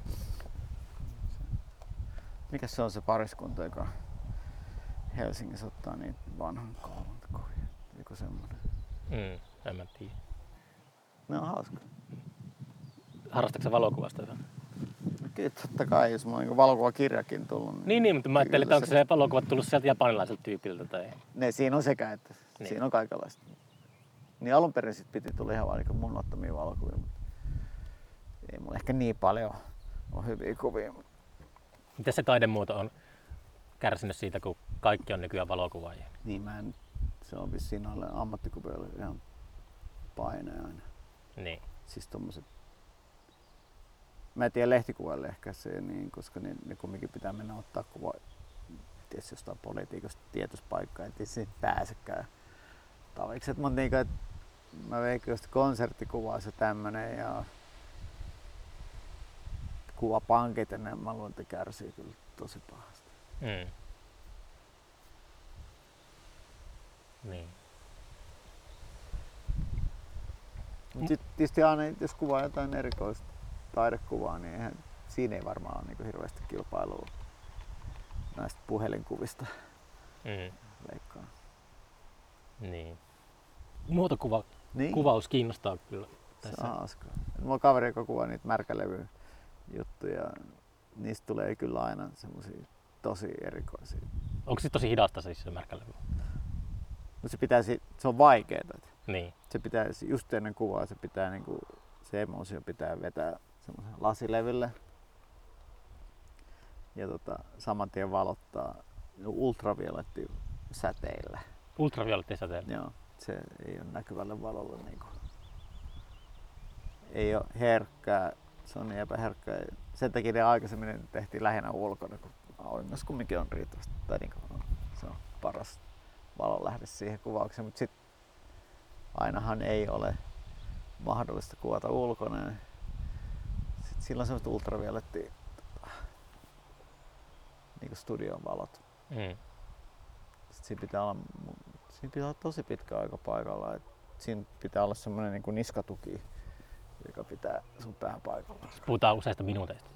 C: Mikäs se on se pariskunta, joka Helsingissä ottaa niitä vanhan koulun kuvia? Joku semmonen.
A: Mm, en mä tiedä.
C: Ne on hauska.
A: Harrastatko sä valokuvasta jotain?
C: No kyllä totta kai, jos mulla on niin valokuvakirjakin tullut. Niin,
A: niin, niin mutta mä ajattelin, että onko se valokuvat tullut sieltä japanilaiselta tyypiltä tai...
C: Ne, siinä on sekä, että
A: niin.
C: Siinä on kaikenlaista. Niin alun perin sit piti tulla ihan vaan niin mun ottamia valokuvia, mutta ei mulla ehkä niin paljon ole hyviä kuvia.
A: Miten se taidemuoto on kärsinyt siitä, kun kaikki on nykyään valokuvaajia?
C: Niin mä en, se on vissiin noille ammattikuvioille ihan paine aina.
A: Niin.
C: Siis tommoset, mä en tiedä lehtikuvaille ehkä se, niin, koska ne, ne kumminkin pitää mennä ottaa kuva tietysti jostain politiikasta tietospaikkaa, ettei siihen pääsekään tavikset, mutta niin, että mä veikkaan just konserttikuvaa se tämmönen ja kuvapankit ja ne, mä luulen, että kärsii kyllä tosi pahasti.
A: Mm. Niin.
C: Mut sit tietysti aina, jos kuvaa jotain erikoista taidekuvaa, niin eihän, siinä ei varmaan ole niin hirveästi kilpailua näistä puhelinkuvista.
A: Mm.
C: Veikkaan.
A: Niin. Muotokuva,
C: niin.
A: Kuvaus kiinnostaa kyllä. Tässä.
C: Se on hauskaa. Mulla on kaveri, joka kuvaa niitä märkälevyjä juttuja. Niistä tulee kyllä aina semmosia tosi erikoisia.
A: Onko se tosi hidasta siis se märkälevy?
C: No se pitää, se on vaikeeta.
A: Niin.
C: Se pitää just ennen kuvaa, se pitää niinku, se emoosio pitää vetää semmoisen lasilevylle. Ja tota, saman tien valottaa ultravioletti säteillä.
A: Ultravioletti säteillä?
C: Joo, se ei ole näkyvälle valolle niinku. Ei ole herkkää, se on niin epäherkkää. Sen takia ne aikaisemmin tehtiin lähinnä ulkona, kun auringossa kumminkin on riittävästi. Tai niinku, se on paras valonlähde siihen kuvaukseen, mutta sit ainahan ei ole mahdollista kuvata ulkona. Sitten sillä on semmoista ultraviolettia niinku studion valot.
A: Mm.
C: Sitten siinä pitää olla, siinä pitää olla tosi pitkä aika paikalla. Et siinä pitää olla semmoinen niinku niskatuki, joka pitää sun pään paikalla.
A: Puhutaan useista minuuteista.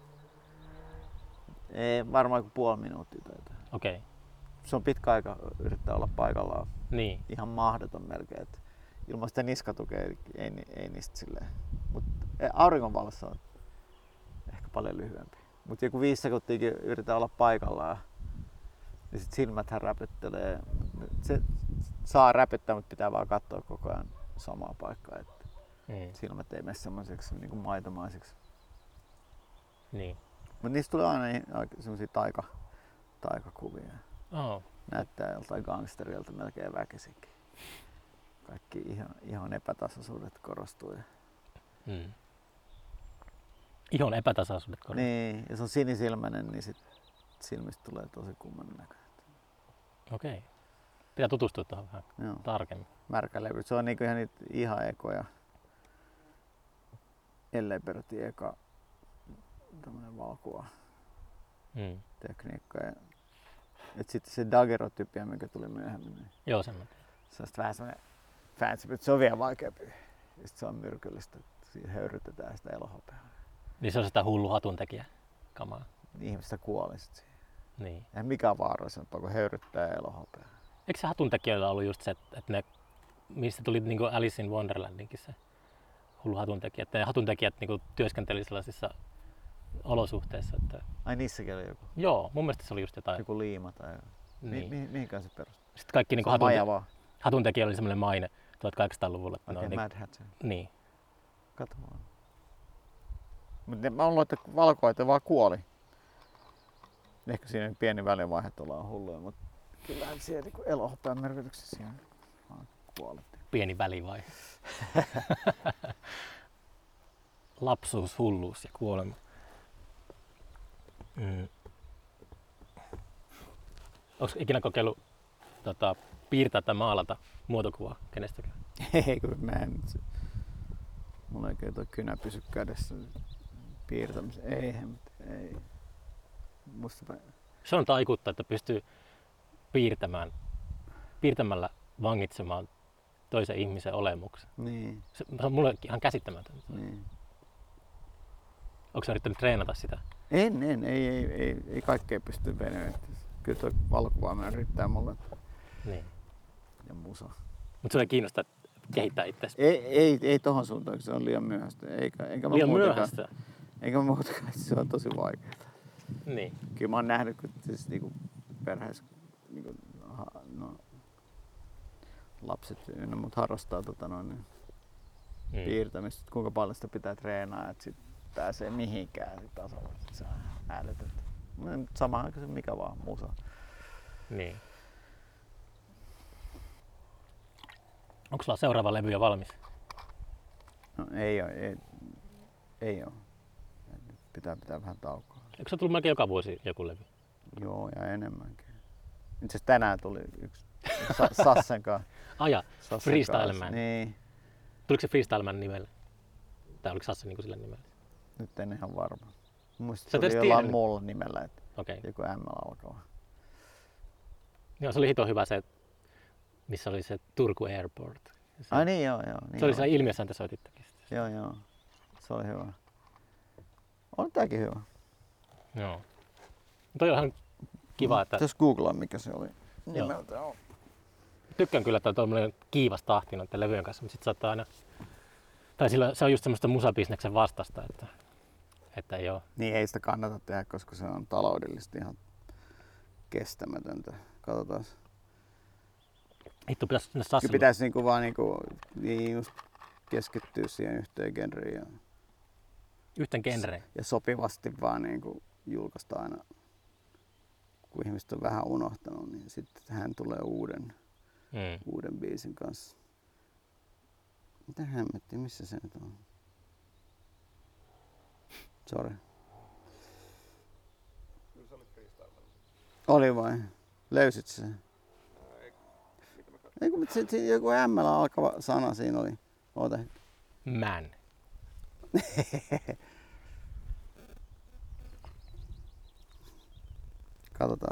C: Ei, varmaan kuin puoli minuuttia taitaa.
A: Okei. Okay.
C: Se on pitkä aika yrittää olla paikallaan.
A: Niin.
C: Ihan mahdoton melkein. Et ilman sitä niskatukea ei, ei, ei niistä silleen. Mut auringonvalossa on ehkä paljon lyhyempi. Mutta joku viisi sekuntiakin yritetään olla paikallaan. Ja sit silmäthän räpyttelee. Se saa räpyttää, mutta pitää vaan katsoa koko ajan samaa paikkaa. Että
A: Mm.
C: silmät ei mene semmoiseksi niin kuin maitomaiseksi.
A: Niin.
C: Mutta niistä tulee aina semmosia taika, taikakuvia.
A: Oh.
C: Näyttää joltain gangsterilta melkein väkisinkin. Kaikki ihan, ihan epätasaisuudet korostuu. Ja...
A: Mm. Ihon epätasaisuudet korostuu.
C: Niin, jos on sinisilmäinen, niin sit silmistä tulee tosi kumman näköinen.
A: Okei. Okay. Pitää tutustua tuohon vähän
C: Joo.
A: tarkemmin.
C: Märkälevy, se on niinku ihan niitä ihan ekoja. Ellei peräti eka tämmönen valkuva
A: Mm.
C: tekniikka. Ja... Et sitten se daguerreotypia, mikä tuli myöhemmin. Niin
A: Joo, semmoinen.
C: se on vähän semmoinen fancy, mutta se on vielä vaikeampi. Ja sit se on myrkyllistä, että siinä höyrytetään sitä elohopeaa.
A: Niin se on sitä hullu hatuntekijä kamaa.
C: Niin ihmistä kuoli sit siihen.
A: Niin.
C: Eihän mikään vaarallisempaa kuin höyryttää elohopeaa.
A: Eikö se hatuntekijöillä ollut just se, että ne, mistä tuli niinku Alice in Wonderlandinkin se hullu hatuntekijä, että ne hatuntekijät niinku työskenteli sellaisissa olosuhteissa, että...
C: Ai niissäkin oli joku,
A: Joo, mun mielestä se oli just jotain.
C: joku liima tai joku.
A: Niin.
C: Mi- mi- mihinkään se perustuu?
A: Sitten kaikki niinku
C: Se on maja
A: hatunte-
C: vaan.
A: hatuntekijöillä oli semmoinen maine tuhatkahdeksansataaluvulla. Että
C: Oikein
A: ne
C: okay,
A: on
C: Mad Hatter.
A: niin.
C: Kato vaan. Mut ne, mä luulen, että valkoiset vaan kuoli. Ehkä siinä pieni välivaihe ollaan hulluja, mutta kyllähän siellä niinku elohopean merkityksessä siinä vaan kuolet.
A: Pieni välivaihe. Lapsuus, hulluus ja kuolema. Mm. Onko ikinä kokeillut tota, piirtää tai maalata muotokuvaa kenestäkään?
C: Ei kun mä en. Se, mulla ei oikein toi kynä pysy kädessä piirtämiseen. Ei, ei. Musta
A: Se on taikuutta, että pystyy piirtämään, piirtämällä vangitsemaan toisen ihmisen olemuksen.
C: niin,
A: Se, se on mulle ihan käsittämätöntä.
C: niin.
A: Onko sä yrittänyt treenata sitä?
C: En, en, ei, ei, ei, ei kaikkea pysty venyä. Kyllä tuo valokuvaaminen riittää mulle
A: Niin.
C: ja musa.
A: Mutta se ei kiinnosta kehittää itseäsi.
C: Ei, ei, ei tohon suuntaan, se on liian myöhäistä. Eikä, eikä mä
A: Liian
C: muutakaan-
A: myöhäistä.
C: Eikä mä muutakaan, se on tosi vaikeaa.
A: Niin.
C: Kyllä mä oon nähnyt, kun siis niinku perheessä niinku, ha, no, lapset ynnä mut harrastaa tota noin, niin
A: Mm.
C: piirtämistä, kuinka paljon sitä pitää treenaa, että sit pääsee mihinkään sit tasolla. Sit se on älytöntä. Sama kuin se mikä vaan musa.
A: Niin. Onko sulla seuraava levy jo valmis?
C: No ei oo, ei, ei oo. Pitää pitää vähän taukoa.
A: Eikö se tullut melkein joka vuosi joku levy?
C: Joo, ja enemmänkin. Itse asiassa tänään tuli yksi Sa- Sassen kanssa.
A: Aja,
C: Sassen
A: Freestyle
C: kanssa.
A: Man.
C: Niin,
A: Tuliko se Freestyle Man nimellä? Tai oliko Sassa niinku sillä nimellä?
C: nyt en ihan varma. Muista
A: Sä
C: se
A: et
C: oli
A: edes
C: jollain
A: tiennyt?
C: muulla nimellä, että
A: Okei. Okay.
C: joku M alkava.
A: Joo, se oli hito hyvä se, missä oli se Turku Airport. Se,
C: Ai niin joo, joo. Niin
A: se oli
C: joo.
A: siellä ilmiössä, te soitittekin.
C: Joo, joo. Se oli hyvä. On tääkin hyvä.
A: Joo. Toi on ihan kiva, että
C: Tässä googlaa mikä se oli nimeltä. On.
A: tykkään kyllä, että on tommoinen kiivas tahti noiden levyjen kanssa, mutta sit saattaa aina... Tai sillä, se on just semmoista musabisneksen vastasta, että, että ei oo...
C: Niin ei sitä kannata tehdä, koska se on taloudellisesti ihan kestämätöntä. Katsotaan.
A: Hitto pitäis sinne
C: Kyllä
A: Sassille.
C: pitäisi niinku vaan niinku, niin just keskittyä siihen yhteen genreen ja,
A: Yhten genreen.
C: ja sopivasti vaan niinku julkaista aina. Kun ihmiset on vähän unohtanut, niin sitten hän tulee uuden,
A: Mm.
C: uuden biisin kanssa. Mitä hemmettiä, missä se nyt on? Sori. Oli vai? Löysit se? Ei kun se, se, joku M alkava sana siinä oli. Oota.
A: Man.
C: Katsotaan.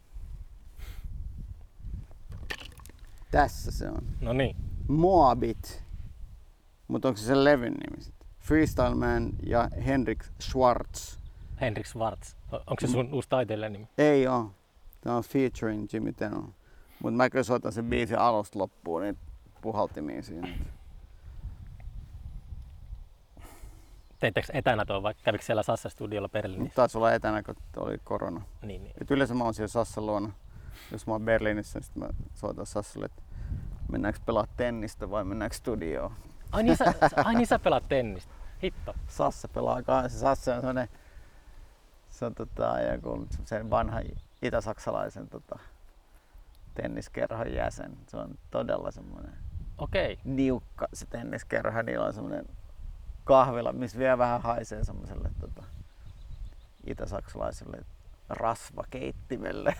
C: Tässä se on.
A: No niin.
C: Moabit. Mutta onko se sen levyn nimi sitten? Freestyle Man ja Henrik Schwartz.
A: Henrik Schwartz. O- Onko se sun uusi taiteilijan nimi?
C: Ei oo. Tämä on featuring Jimmy Tenon. Mutta mä kyllä soitan sen biisin alusta loppuun, niin puhaltimia siinä.
A: teittekö etänä tuon vai kävikö siellä Sassa-studiolla Berliinissä?
C: Taisi olla etänä, kun oli korona.
A: Niin, niin.
C: Et yleensä mä oon siellä Sassan luona. Jos mä oon Berliinissä, niin sit mä soitan Sassalle, että mennäänkö pelaa tennistä vai mennäänkö studioon.
A: Ai niin sä, ai niin sä pelaat tennistä. Hitto.
C: Sassa pelaa kanssa. Sassa on semmonen, se on tota, joku sen vanha itä-saksalaisen tota, tenniskerhon jäsen. Se on todella semmoinen
A: Okei.
C: niukka se tenniskerho. Niillä on semmoinen kahvila, missä vielä vähän haisee semmoiselle tota, itä-saksalaiselle rasvakeittimelle.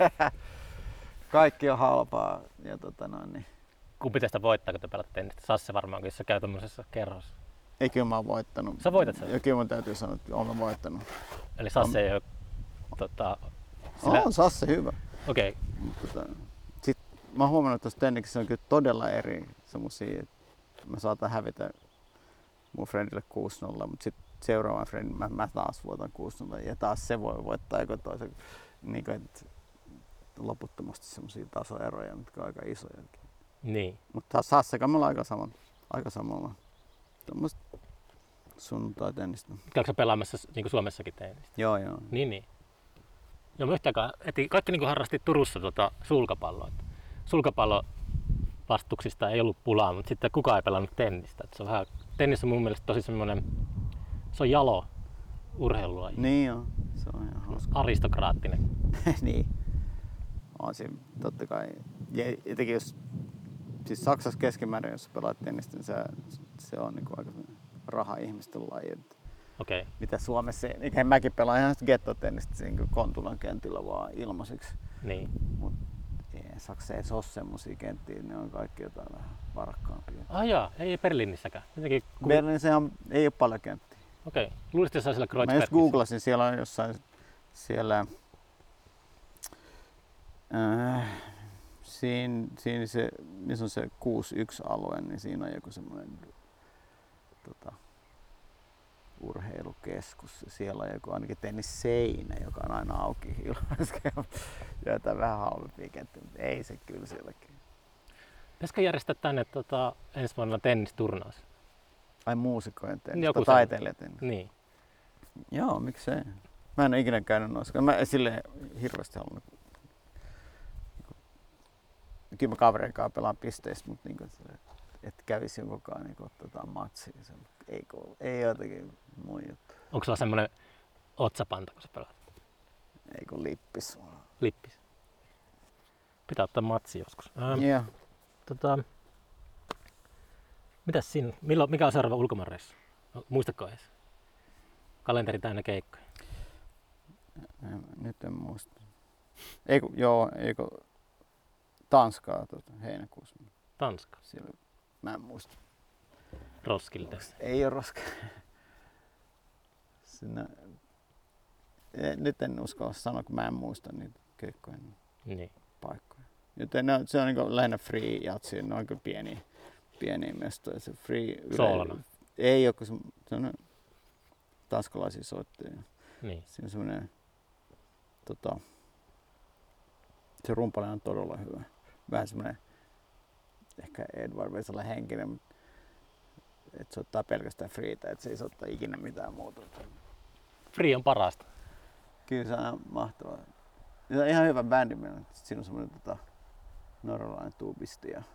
C: Kaikki on halpaa. Ja, tota, no, niin.
A: Kumpi teistä voittaa, kun te pelaatte tennistä? Sasse varmaankin, jos sä käy tommosessa kerhossa.
C: Ei, kyllä mä oon voittanut.
A: Sä voitat sen?
C: Ja kyllä mun täytyy sanoa, että oon mä voittanut.
A: Eli Sasse ei ole... Tota,
C: Sillä... On Sasse hyvä.
A: Okei.
C: Okay. Tota, sit mä oon huomannut, että tuossa tenniksessä on kyllä todella eri semmosia, että mä saatan hävitä mun friendille kuusi nolla, mutta sitten seuraavan friendin mä, mä taas voitan kuusi nolla ja taas se voi voittaa joku toisen. Niin kuin, että loputtomasti semmosia tasoeroja, mitkä on aika isoja.
A: Niin.
C: Mutta Sasseka me ollaan aika, sama, aika samalla. Tuommoista sunnuntai-tennistä.
A: Käykö sä pelaamassa niin kuin Suomessakin tennistä?
C: Joo, joo.
A: Niin, niin. Joo, mä yhtäkään, eti, kaikki niin kuin harrasti Turussa tota, sulkapalloa. Sulkapallo vastuksista ei ollut pulaa, mutta sitten kukaan ei pelannut tennistä. Et se on vähän, tennis on mun mielestä tosi semmoinen, se on jalo urheilua.
C: Niin joo, se on ihan hauska.
A: Aristokraattinen.
C: Niin. On siinä totta kai. Ja etenkin jos, siis Saksassa keskimäärin, jos pelaat tennistä, niin se, se on niinku aika raha-ihmisten laji.
A: Okei. Okay.
C: Mitä Suomessa, eikä mäkin pelaan ihan gettotennistä siinä Kontulan kentillä vaan ilmaiseksi.
A: Niin.
C: Mut Saksassa ei ole semmosia kenttiä, ne on kaikki jotain vähän varakkaampia.
A: Ah jaa, ei Berliinissäkään. Jotenkin ku...
C: Berliinissä ei ole paljon kenttiä.
A: Okei. Okay. Luulisit, että se on siellä
C: Mä
A: Kreuzbergissä?
C: just googlasin, siellä on jossain siellä äh, siinä, siinä se, missä on se kuusi yksi alue, niin siinä on joku semmoinen tota, urheilukeskus. Siellä on joku ainakin tennisseinä, joka on aina auki ilmaiskella. Ja jotain vähän halvempia kenttiä, mutta ei se kyllä sielläkin.
A: Pitäisikö järjestää tänne tota, ensi vuonna tennisturnaus?
C: Ai muusikkojen tennis,
A: Joku
C: tai taiteilijatennis.
A: Niin.
C: Joo, miksei. Mä en ole ikinä käynyt noissa. Mä silleen hirveästi halunnut. Kyllä mä kavereiden kanssa pelaan pisteistä, mutta niin että kävisi jonkunkaan niin otetaan matsia. Ei, ei jotenkin mun juttu.
A: Onko sulla semmoinen otsapanta, kun sä pelaat?
C: Ei kun lippis.
A: Lippis. Pitää ottaa matsi joskus. Ähm,
C: yeah.
A: tota, mitäs siinä? Milloin, mikä on seuraava ulkomaanreissu? No, muistatko edes? Kalenteri täynnä keikkoja.
C: Nyt en muista. Eiku, joo, eikö Tanskaa tuota, heinäkuussa.
A: Tanska?
C: Siellä, mä en muista.
A: Roskilde.
C: Ei ole Roskilde. Sinä, nyt en uskalla sanoa, kun mä en muista niitä keikkoja
A: niin.
C: paikkoja. Joten ne on, se on niin lähinnä free jatsia, ne on kyllä pieniä, pieniä mestoja. Se free
A: Soolona?
C: Ei ole, kun se, se on tanskalaisia soittajia.
A: Niin.
C: Siinä on semmoinen, tota, se rumpali on todella hyvä. Vähän semmoinen, ehkä Edward Vesala henkinen, mutta että se ottaa pelkästään freetä, että se ei soittaa ikinä mitään muuta.
A: Free on parasta.
C: Kyllä se on mahtavaa. Se on ihan hyvä bändi meillä. Siinä on semmoinen tota, norjalainen tuubisti ja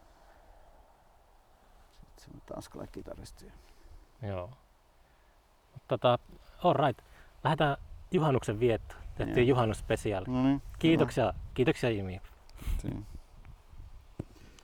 C: sitten semmoinen tanskalainen kitaristi.
A: Joo. Tota, all right. Lähdetään juhannuksen viettoon. Tehtiin juhannusspesiaali.
C: No niin.
A: Kiitoksia, kiitoksia Jimi.
C: Siinä.